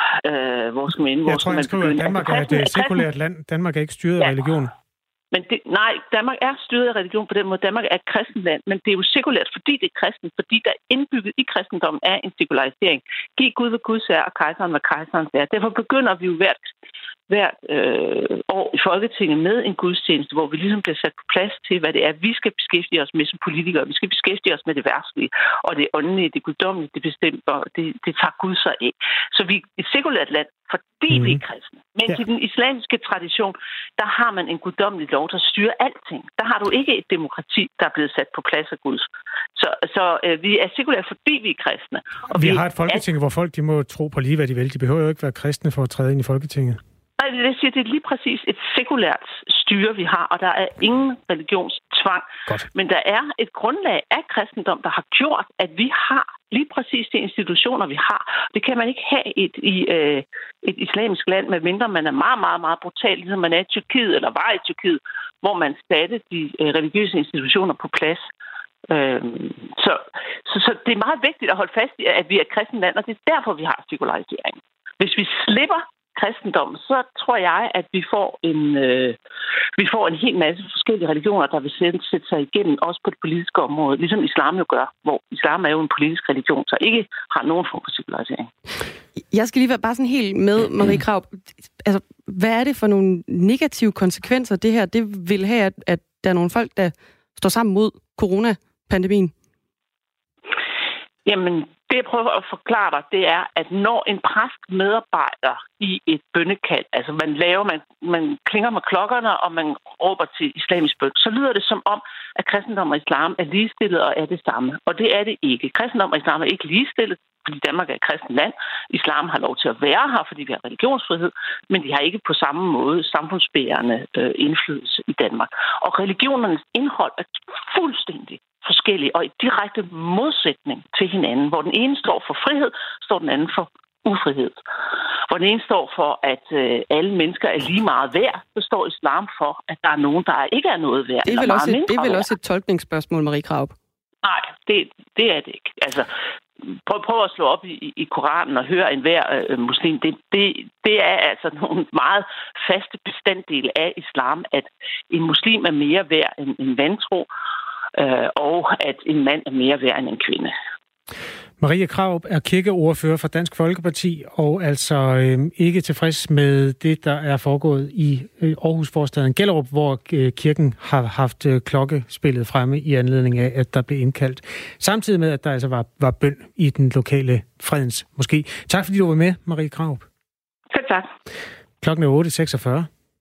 øh, hvor skal man ind? Jeg tror, han skriver, at Danmark er et sekulært land. Danmark er ikke styret af religion. Men det, nej, Danmark er styret af religion på den måde. Danmark er et kristent land, men det er jo sekulært, fordi det er kristent, fordi der indbygget i kristendommen er en sekularisering. Giv Gud, hvad Gud er, og kejseren, hvad kejserens er. Derfor begynder vi jo hvert, hvert øh, år i Folketinget med en gudstjeneste, hvor vi ligesom bliver sat på plads til, hvad det er, vi skal beskæftige os med som politikere. Vi skal beskæftige os med det værtslige, og det åndelige, det guddommelige, det bestemmer, det, det tager Gud sig af. Så vi er et sekulært land, fordi mm. vi er kristne. Men ja. I den islamiske tradition, der har man en guddommelig lov, der styrer alting. Der har du ikke et demokrati, der er blevet sat på plads af Gud. Så, så øh, vi er sekulære, fordi vi er kristne. Og vi, vi har et folketing, er... hvor folk de må tro på lige, hvad de vil. De behøver jo ikke være kristne for at træde ind i Folketinget. Nej, det siger, det er lige præcis et sekulært styre, vi har, og der er ingen religionstvang. Godt. Men der er et grundlag af kristendom, der har gjort, at vi har lige præcis de institutioner, vi har. Det kan man ikke have et, i øh, et islamisk land, medmindre man er meget, meget, meget brutal, ligesom man er i Tyrkiet, eller var i Tyrkiet, hvor man satte de øh, religiøse institutioner på plads. Øh, så, så, så det er meget vigtigt at holde fast i, at vi er et kristent land, og det er derfor, vi har sekularisering. Hvis vi slipper kristendom, så tror jeg, at vi får en øh, vi får en hel masse forskellige religioner, der vil sætte, sætte sig igennem, også på det politiske område, ligesom islam jo gør, hvor islam er jo en politisk religion, så ikke har nogen form for sekularisering. Jeg skal lige være bare sådan helt med, Marie Krarup. Altså, hvad er det for nogle negative konsekvenser, det her det vil have, at, at der er nogle folk, der står sammen mod coronapandemien? Jamen, det jeg prøver at forklare dig, det er, at når en præst medarbejder i et bønnekald, altså man laver, man, man klinger med klokkerne, og man råber til islamisk bøn, så lyder det som om, at kristendom og islam er ligestillet og er det samme. Og det er det ikke. Kristendom og islam er ikke ligestillet, fordi Danmark er et kristent land. Islam har lov til at være her, fordi vi har religionsfrihed, men de har ikke på samme måde samfundsbærende øh, indflydelse i Danmark. Og religionernes indhold er fuldstændig forskellige og i direkte modsætning til hinanden, hvor den ene står for frihed, står den anden for ufrihed. Hvor den ene står for, at øh, alle mennesker er lige meget værd, så står islam for, at der er nogen, der ikke er noget værd. Det er vel, også et, det er vel også et tolkningsspørgsmål, Marie Krarup? Nej, det, det er det ikke. Altså, prøv, prøv at slå op i, i Koranen og høre enhver øh, muslim. Det, det, det er altså nogle meget faste bestanddele af islam, at en muslim er mere værd end en vantro, øh, og at en mand er mere værd end en kvinde. Marie Krarup er kirkeordfører for Dansk Folkeparti, og altså øh, ikke tilfreds med det, der er foregået i øh, Aarhus-forstaden Gellerup, hvor øh, kirken har haft øh, klokkespillet fremme i anledning af, at der blev indkaldt. Samtidig med, at der altså var, var bøn i den lokale Fredens Moské. Tak fordi du var med, Marie Krarup. Selv tak. Klokken er otte seksogfyrre.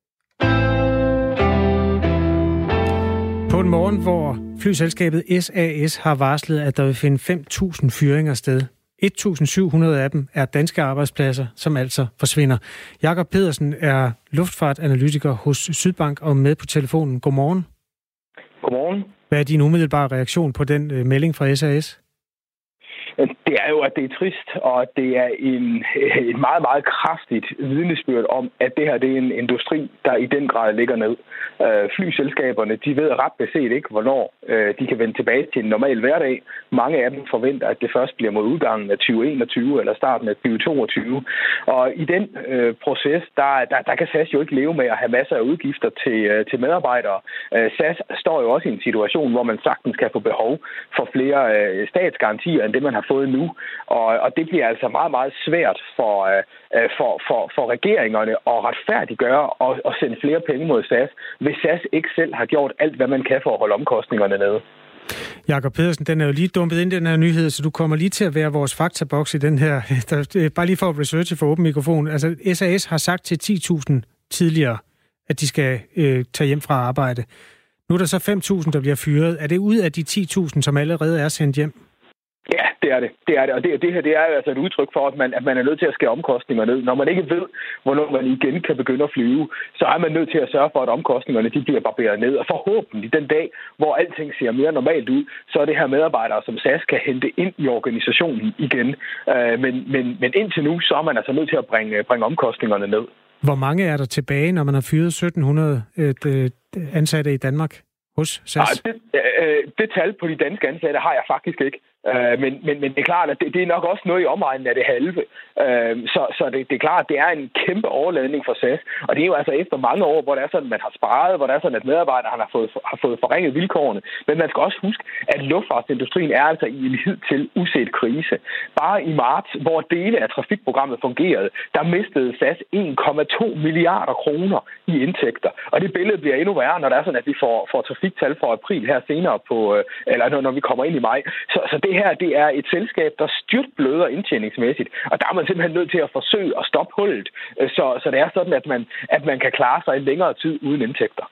På en morgen, hvor flyselskabet S A S har varslet, at der vil finde fem tusind fyringer sted. et tusind syv hundrede af dem er danske arbejdspladser, som altså forsvinder. Jakob Pedersen er luftfartanalytiker hos Sydbank og med på telefonen. Godmorgen. Godmorgen. Hvad er din umiddelbare reaktion på den uh, melding fra S A S? Det er jo, at det er trist, og det er en, et meget, meget kraftigt vidnesbyrd om, at det her det er en industri, der i den grad ligger ned. Øh, flyselskaberne, de ved ret beset ikke, hvornår øh, de kan vende tilbage til en normal hverdag. Mange af dem forventer, at det først bliver mod udgangen af tyve enogtyve eller starten af tyve toogtyve. Og i den øh, proces, der, der, der kan S A S jo ikke leve med at have masser af udgifter til, øh, til medarbejdere. Øh, S A S står jo også i en situation, hvor man sagtens kan få behov for flere øh, statsgarantier, end det man har fået nu, og, og det bliver altså meget, meget svært for, øh, for, for, for regeringerne at retfærdiggøre og, og sende flere penge mod S A S, hvis S A S ikke selv har gjort alt, hvad man kan for at holde omkostningerne nede. Jakob Pedersen, den er jo lige dumpet ind i den her nyhed, så du kommer lige til at være vores faktaboks i den her. Der, bare lige for at researche for åben mikrofon. Altså, S A S har sagt til ti tusind tidligere, at de skal øh, tage hjem fra arbejde. Nu er der så fem tusind, der bliver fyret. Er det ud af de ti tusind, som allerede er sendt hjem? Ja, det er det. Det er det. Og det, det her det er altså et udtryk for, at man, at man er nødt til at skære omkostninger ned. Når man ikke ved, hvornår man igen kan begynde at flyve, så er man nødt til at sørge for, at omkostningerne de bliver barberet ned. Og forhåbentlig den dag, hvor alting ser mere normalt ud, så er det her medarbejdere, som S A S kan hente ind i organisationen igen. Øh, men, men, men indtil nu, så er man altså nødt til at bringe, bringe omkostningerne ned. Hvor mange er der tilbage, når man har fyret sytten hundrede ansatte i Danmark hos S A S? Nej, det, øh, det tal på de danske ansatte har jeg faktisk ikke. Øh, men, men, men det er klart, at det, det er nok også noget i omegnen af det halve. Øh, så så det, det er klart, at det er en kæmpe overladning for S A S. Og det er jo altså efter mange år, hvor det er sådan, at man har sparet, hvor det er sådan, at medarbejdere har fået, har fået forringet vilkårene. Men man skal også huske, at luftfartsindustrien er altså i en hidtil uset krise. Bare i marts, hvor dele af trafikprogrammet fungerede, der mistede S A S en komma to milliarder kroner i indtægter. Og det billede bliver endnu værre, når det er sådan, at vi får, får trafiktal for april her senere på, eller når, når vi kommer ind i maj. Så, så det her, det er et selskab, der styrtbløder indtjeningsmæssigt, og der er man simpelthen nødt til at forsøge at stoppe hullet, så, så det er sådan, at man, at man kan klare sig en længere tid uden indtægter.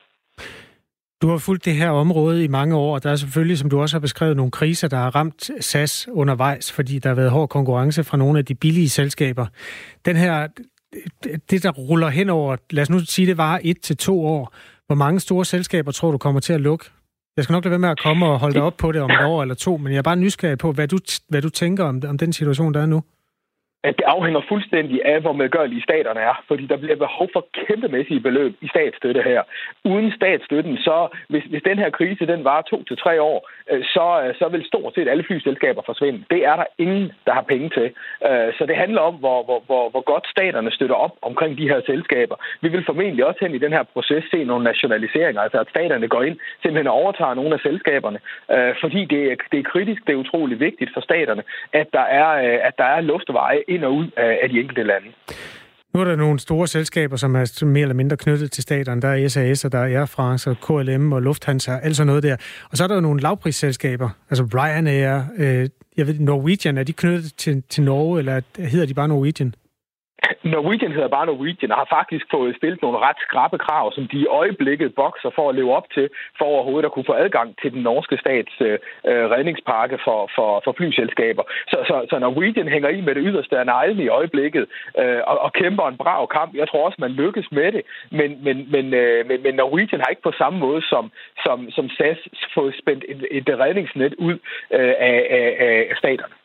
Du har fulgt det her område i mange år, og der er selvfølgelig, som du også har beskrevet, nogle kriser, der har ramt S A S undervejs, fordi der har været hård konkurrence fra nogle af de billige selskaber. Den her, det der ruller hen over, lad os nu sige, det var et til to år. Hvor mange store selskaber tror du kommer til at lukke? Jeg skal nok lade være med at komme og holde dig op på det om et år eller to, men jeg er bare nysgerrig på, hvad du, hvad du tænker om, om den situation, der er nu. Det afhænger fuldstændig af, hvor medgørlige staterne er, fordi der bliver behov for kæmpemæssige beløb i statsstøtte her. Uden statsstøtten, så hvis, hvis den her krise den varer to til tre år, så, så vil stort set alle flyselskaber forsvinde. Det er der ingen, der har penge til. Så det handler om, hvor, hvor, hvor, hvor godt staterne støtter op omkring de her selskaber. Vi vil formentlig også hen i den her proces se nogle nationaliseringer, altså at staterne går ind, simpelthen overtager nogle af selskaberne, fordi det er, det er kritisk, det er utrolig vigtigt for staterne, at der er, at der er luftveje ind og ud af de enkelte lande. Nu er der nogle store selskaber, som er mere eller mindre knyttet til staterne. Der er S A S, og der er Air France, og K L M og Lufthansa, altså noget der. Og så er der jo nogle lavprisselskaber, altså Ryanair, øh, jeg ved, Norwegian, er de knyttet til, til Norge, eller hedder de bare Norwegian? Norwegian hedder bare Norwegian og har faktisk fået stillet nogle ret skrappe krav, som de i øjeblikket bokser for at leve op til, for overhovedet at kunne få adgang til den norske stats øh, redningspakke for, for, for flyselskaber. Så, så, så Norwegian hænger i med det yderste af neglene i øjeblikket øh, og, og kæmper en brav kamp. Jeg tror også, man lykkes med det, men, men, men, øh, men, men Norwegian har ikke på samme måde som, som, som S A S fået spændt et, et redningsnet ud øh, af, af, af staterne.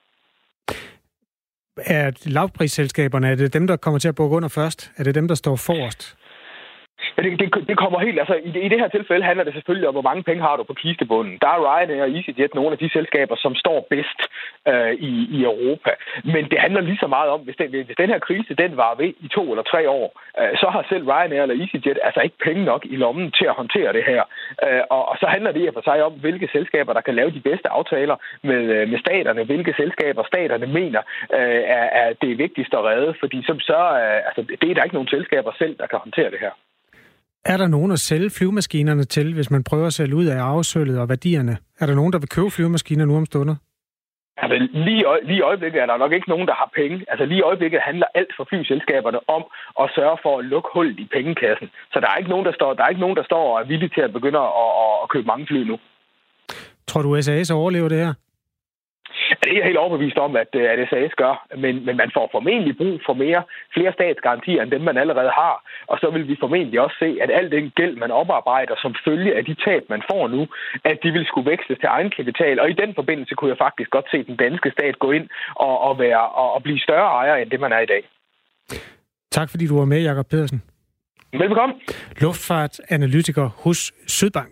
Er lavprisselskaberne, er det dem, der kommer til at bukke under først? Er det dem, der står forrest? Ja, det, det, det kommer helt, altså i det, i det her tilfælde handler det selvfølgelig om, hvor mange penge har du på kistebunden. Der er Ryanair og EasyJet nogle af de selskaber, som står bedst øh, i, i Europa. Men det handler lige så meget om, hvis den, hvis den her krise, den var ved i to eller tre år, øh, så har selv Ryanair eller EasyJet altså ikke penge nok i lommen til at håndtere det her. Øh, og, og så handler det for sig om, hvilke selskaber, der kan lave de bedste aftaler med, med staterne, hvilke selskaber staterne mener øh, er, er det vigtigste at redde, fordi som så, øh, altså, det er der ikke nogen selskaber selv, der kan håndtere det her. Er der nogen at sælge flyvemaskinerne til, hvis man prøver at sælge ud af arvesølvet og værdierne? Er der nogen, der vil købe flyvemaskiner nu om stunder? Altså, lige, lige i øjeblikket er der nok ikke nogen, der har penge. Altså lige i øjeblikket handler alt for flyselskaberne om at sørge for at lukke hullet i pengekassen. Så der er ikke nogen, der står, der er ikke nogen, der står og er villige til at begynde at, at købe mange fly nu. Tror du, S A S overlever det her? Det er jeg helt overbevist om, at, at S A S gør, men, men man får formentlig brug for mere, flere statsgarantier end dem, man allerede har. Og så vil vi formentlig også se, at al den gæld, man oparbejder som følge af de tab, man får nu, at de vil skulle veksles til egenkapital. Og i den forbindelse kunne jeg faktisk godt se den danske stat gå ind og, og, være, og, og blive større ejer, end det man er i dag. Tak fordi du var med, Jakob Pedersen. Velbekomme. Luftfartsanalytiker hos Sydbank.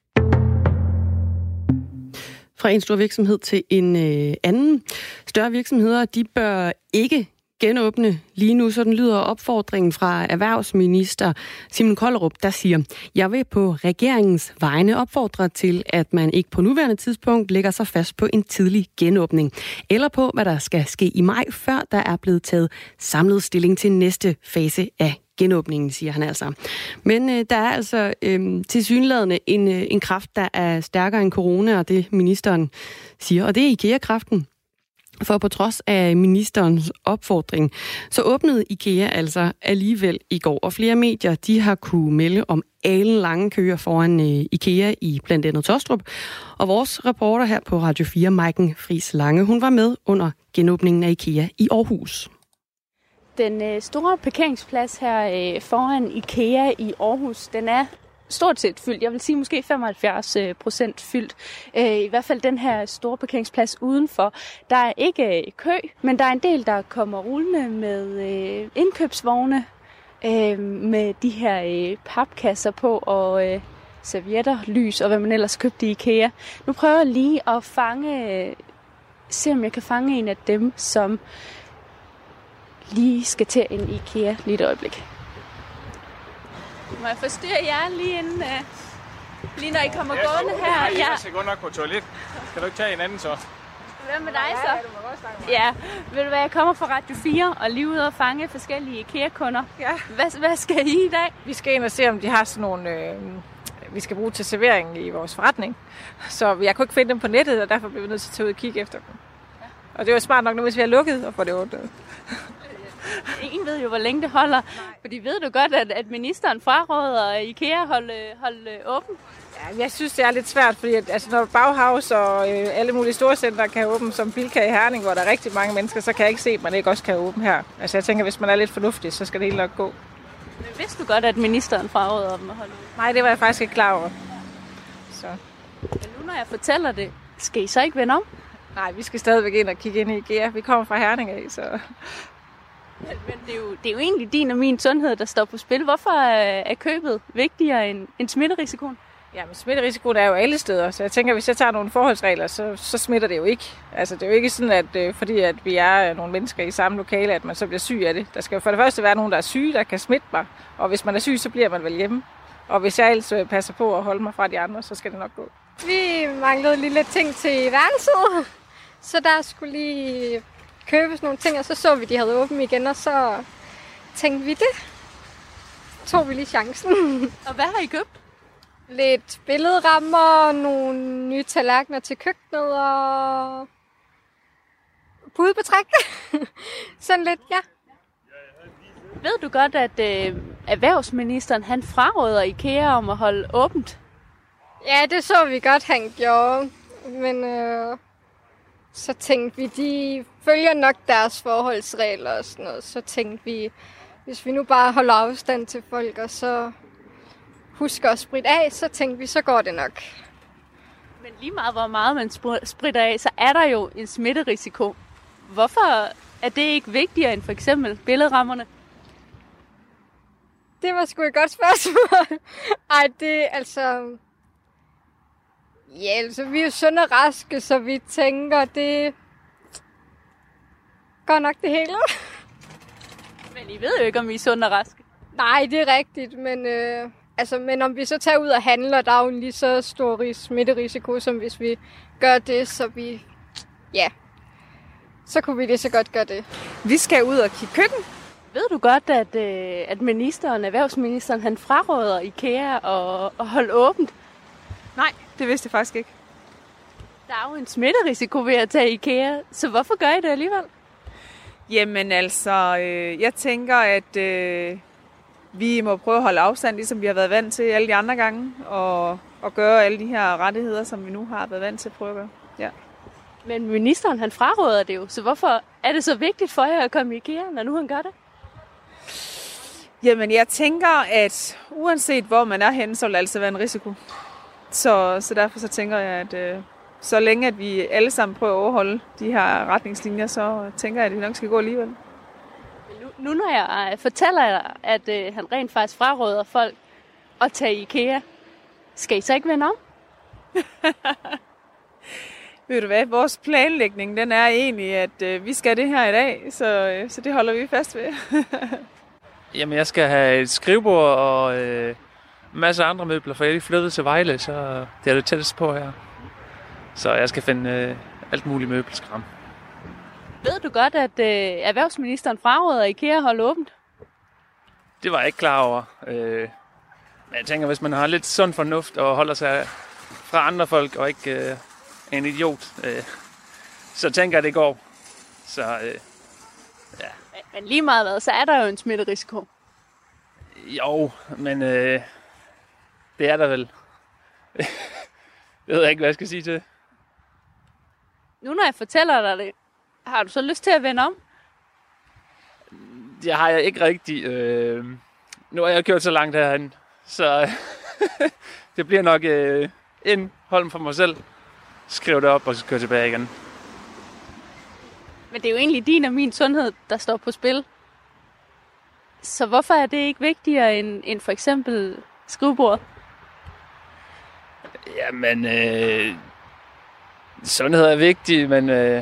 Fra en stor virksomhed til en øh, anden. Større virksomheder, de bør ikke genåbne lige nu. Sådan lyder opfordringen fra erhvervsminister Simon Kollerup, der siger, jeg vil på regeringens vegne opfordre til, at man ikke på nuværende tidspunkt lægger sig fast på en tidlig genåbning, eller på, hvad der skal ske i maj, før der er blevet taget samlet stilling til næste fase af genåbningen, siger han altså. Men øh, der er altså øh, tilsyneladende en, øh, en kraft, der er stærkere end corona, og det ministeren siger, og det er IKEA-kraften. For på trods af ministerens opfordring, så åbnede IKEA altså alligevel i går, og flere medier, de har kunne melde om alenlange køer foran øh, IKEA i blandt andet Tostrup. Og vores reporter her på Radio fire, Maiken Friis Lange, hun var med under genåbningen af IKEA i Aarhus. Den øh, store parkeringsplads her øh, foran IKEA i Aarhus, den er stort set fyldt. Jeg vil sige måske femoghalvfjerds procent fyldt. Øh, I hvert fald den her store parkeringsplads udenfor. Der er ikke øh, kø, men der er en del, der kommer rullende med øh, indkøbsvogne, øh, med de her øh, papkasser på og øh, servietter, lys og hvad man ellers købte i IKEA. Nu prøver jeg lige at fange, øh, se om jeg kan fange en af dem, som lige skal til en IKEA lige et øjeblik. Må jeg forstyrre jer lige inden, uh, lige når I kommer ja, gående her? Ja, jeg skal gå nok på toilet. Skal du ikke tage en anden så? Hvad med dig så? Ja, ved du hvad, jeg kommer fra Radio fire og lige ude og fange forskellige IKEA-kunder. Ja. Hvad, hvad skal I i dag? Vi skal ind og se, om de har sådan nogle, øh, vi skal bruge til servering i vores forretning. Så jeg kunne ikke finde dem på nettet, og derfor blev vi nødt til at tage ud og kigge efter dem. Ja. Og det var smart nok nu, hvis vi har lukket, og får det åbnet. Ingen ved jo, hvor længe det holder. Nej. Fordi ved du godt, at, at ministeren fraråder IKEA holde, holde åben? Ja, jeg synes, det er lidt svært, fordi at, altså, når Bauhaus og øh, alle mulige store center kan åbne som Bilka i Herning, hvor der er rigtig mange mennesker, så kan jeg ikke se, at man ikke også kan åbne her. Altså jeg tænker, hvis man er lidt fornuftig, så skal det helt nok gå. Men vidste du godt, at ministeren fraråder dem at holde åben? Nej, det var jeg faktisk ikke klar over. Så. Men nu når jeg fortæller det, skal I så ikke vende om? Nej, vi skal stadigvæk ind og kigge ind i IKEA. Vi kommer fra Herning af, så... Men det er, jo, det er jo egentlig din og min sundhed, der står på spil. Hvorfor er købet vigtigere end, end smitterisikoen? Ja, men smitterisikoen er jo alle steder, så jeg tænker, hvis jeg tager nogle forholdsregler, så, så smitter det jo ikke. Altså, det er jo ikke sådan, at øh, fordi at vi er nogle mennesker i samme lokale, at man så bliver syg af det. Der skal jo for det første være nogen, der er syge, der kan smitte mig. Og hvis man er syg, så bliver man vel hjemme. Og hvis jeg ellers passer på at holde mig fra de andre, så skal det nok gå. Vi manglede lige lidt ting til værelset, så der skulle lige købes nogle ting, og så så vi, de havde åbent igen, og så tænkte vi det. Tog vi lige chancen. Og hvad har I købt? Lidt billedrammer, nogle nye tallerkener til køkkenet og pudebetræk. Sådan lidt, ja. Ved du godt, at øh, erhvervsministeren han fraråder IKEA om at holde åbent? Ja, det så vi godt, han gjorde. Men øh, så tænkte vi, de følger nok deres forholdsregler og sådan noget. Så tænkte vi, hvis vi nu bare holder afstand til folk, og så husker at spritte af, så tænkte vi, så går det nok. Men lige meget hvor meget man spritter af, så er der jo en smitterisiko. Hvorfor er det ikke vigtigere end for eksempel billedrammerne? Det var sgu et godt spørgsmål. Ej, det altså... Ja, altså vi er jo sunde og raske, så vi tænker, det går nok det hele. Men I ved jo ikke, om I er sunde og raske. Nej, det er rigtigt, men... Øh... Altså, men om vi så tager ud og handler, der er jo en lige så stor smitterisiko, som hvis vi gør det, så vi, ja, så kunne vi lige så godt gøre det. Vi skal ud og kigge køkken. Ved du godt, at, øh, at ministeren, erhvervsministeren, han fraråder IKEA at, at holde åbent? Nej, det vidste jeg faktisk ikke. Der er jo en smitterisiko ved at tage IKEA, så hvorfor gør I det alligevel? Jamen altså, øh, jeg tænker, at... Øh Vi må prøve at holde afstand, ligesom vi har været vant til alle de andre gange, og, og gøre alle de her rettigheder, som vi nu har været vant til at prøve at gøre. Ja. Men ministeren, han fraråder det jo, så hvorfor er det så vigtigt for jer at komme i IKEA, når nu han gør det? Jamen, jeg tænker, at uanset hvor man er henne, så vil det altid være en risiko. Så, så derfor så tænker jeg, at øh, så længe at vi alle sammen prøver at overholde de her retningslinjer, så tænker jeg, at det nok skal gå alligevel. Nu når jeg fortæller jer, at øh, han rent faktisk fraråder folk at tage i IKEA, skal I så ikke vende om? Ved du hvad, vores planlægning den er egentlig, at øh, vi skal det her i dag, så, øh, så det holder vi fast ved. Jamen jeg skal have et skrivebord og øh, masser af andre møbler, for jeg er lige flyttet til Vejle, så det er det tættest på her. Så jeg skal finde øh, alt muligt møbelskram. Ved du godt, at øh, erhvervsministeren fraråder IKEA at holde åbent? Det var jeg ikke klar over. Øh, men jeg tænker, hvis man har lidt sund fornuft og holder sig fra andre folk og ikke øh, er en idiot, øh, så tænker jeg, det går. Så øh, ja. Men lige meget hvad, så er der jo en smitterisiko. Jo, men øh, det er der vel. Jeg ved ikke, hvad jeg skal sige til det. Nu når jeg fortæller dig det, har du så lyst til at vende om? Det har jeg ikke rigtig. Øh, nu har jeg kørt så langt herhen, så det bliver nok øh, en hold for mig selv. Skriv det op og så køre tilbage igen. Men det er jo egentlig din og min sundhed, der står på spil. Så hvorfor er det ikke vigtigere end, end for eksempel skrivebordet? Jamen, øh, sundhed er vigtig, men øh,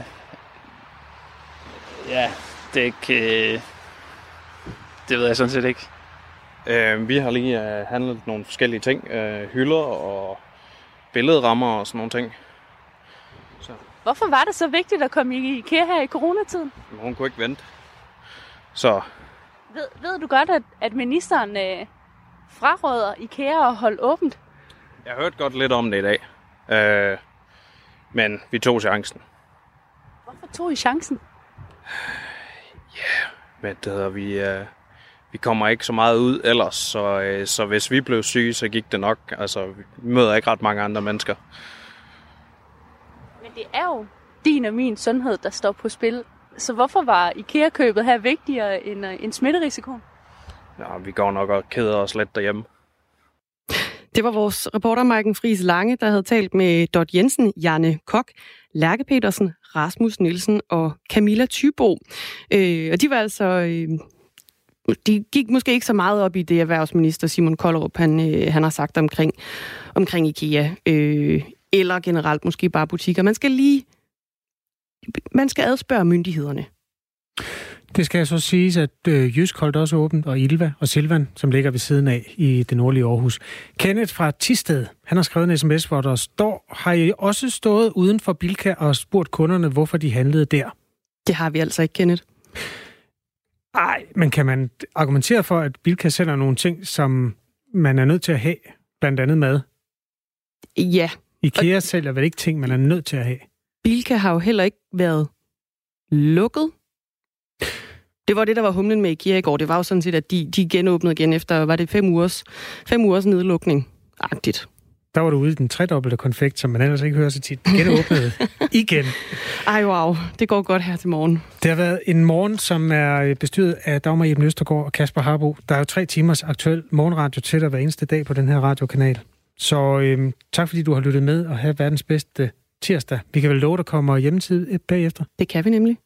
ja, det er ikke, øh, det ved jeg sådan set ikke. Øh, vi har lige øh, handlet nogle forskellige ting, øh, hylder og billedrammer og sådan nogle ting. Så. Hvorfor var det så vigtigt at komme i IKEA her i coronatiden? Hun kunne ikke vente. Så. Ved, ved du godt, at, at ministeren øh, fraråder IKEA at holde åbent? Jeg har hørt godt lidt om det i dag. Øh, men vi tog chancen. Hvorfor tog I chancen? Ja, yeah, men det hedder vi... Øh, vi kommer ikke så meget ud ellers, så, øh, så hvis vi blev syge, så gik det nok. Altså, vi møder ikke ret mange andre mennesker. Men det er jo din og min sundhed, der står på spil. Så hvorfor var IKEA-købet her vigtigere end, end smitterisikoen? Ja, vi går nok og keder os lidt derhjemme. Det var vores reporter Maiken Friis Lange, der havde talt med Dot Jensen, Janne Kok, Lærke Petersen, Rasmus Nielsen og Camilla Thybo. Øh, og de var altså øh, de gik måske ikke så meget op i det, erhvervsminister Simon Kollerup, han, øh, han har sagt omkring, omkring IKEA, øh, eller generelt måske bare butikker. Man skal lige, man skal adspørge myndighederne. Det skal så siges, at øh, Jysk holdt også åbent, og Ilva og Silvan, som ligger ved siden af i det nordlige Aarhus. Kenneth fra Thisted, han har skrevet en sms, hvor der står, har I også stået uden for Bilka og spurgt kunderne, hvorfor de handlede der? Det har vi altså ikke, Kenneth. Ej, men kan man argumentere for, at Bilka sælger nogle ting, som man er nødt til at have, blandt andet mad? Ja. IKEA og... sælger vel ikke ting, man er nødt til at have? Bilka har jo heller ikke været lukket. Det var det, der var humlen med IKEA i går. Det var jo sådan set, at de, de genåbnede igen efter, var det fem ugers, fem ugers nedlukning. Agtigt. Der var du ude i den tredobbelte konfekt, som man ellers ikke hører så tit. Genåbnede igen. Ej, wow. Det går godt her til morgen. Det har været en morgen, som er bestyret af Dagmar Eben Østergaard og Kasper Harbo. Der er jo tre timers aktuel morgenradio til dig hver eneste dag på den her radiokanal. Så øhm, tak fordi du har lyttet med og have verdens bedste tirsdag. Vi kan vel love, der kommer hjemmetid bagefter? Det kan vi nemlig.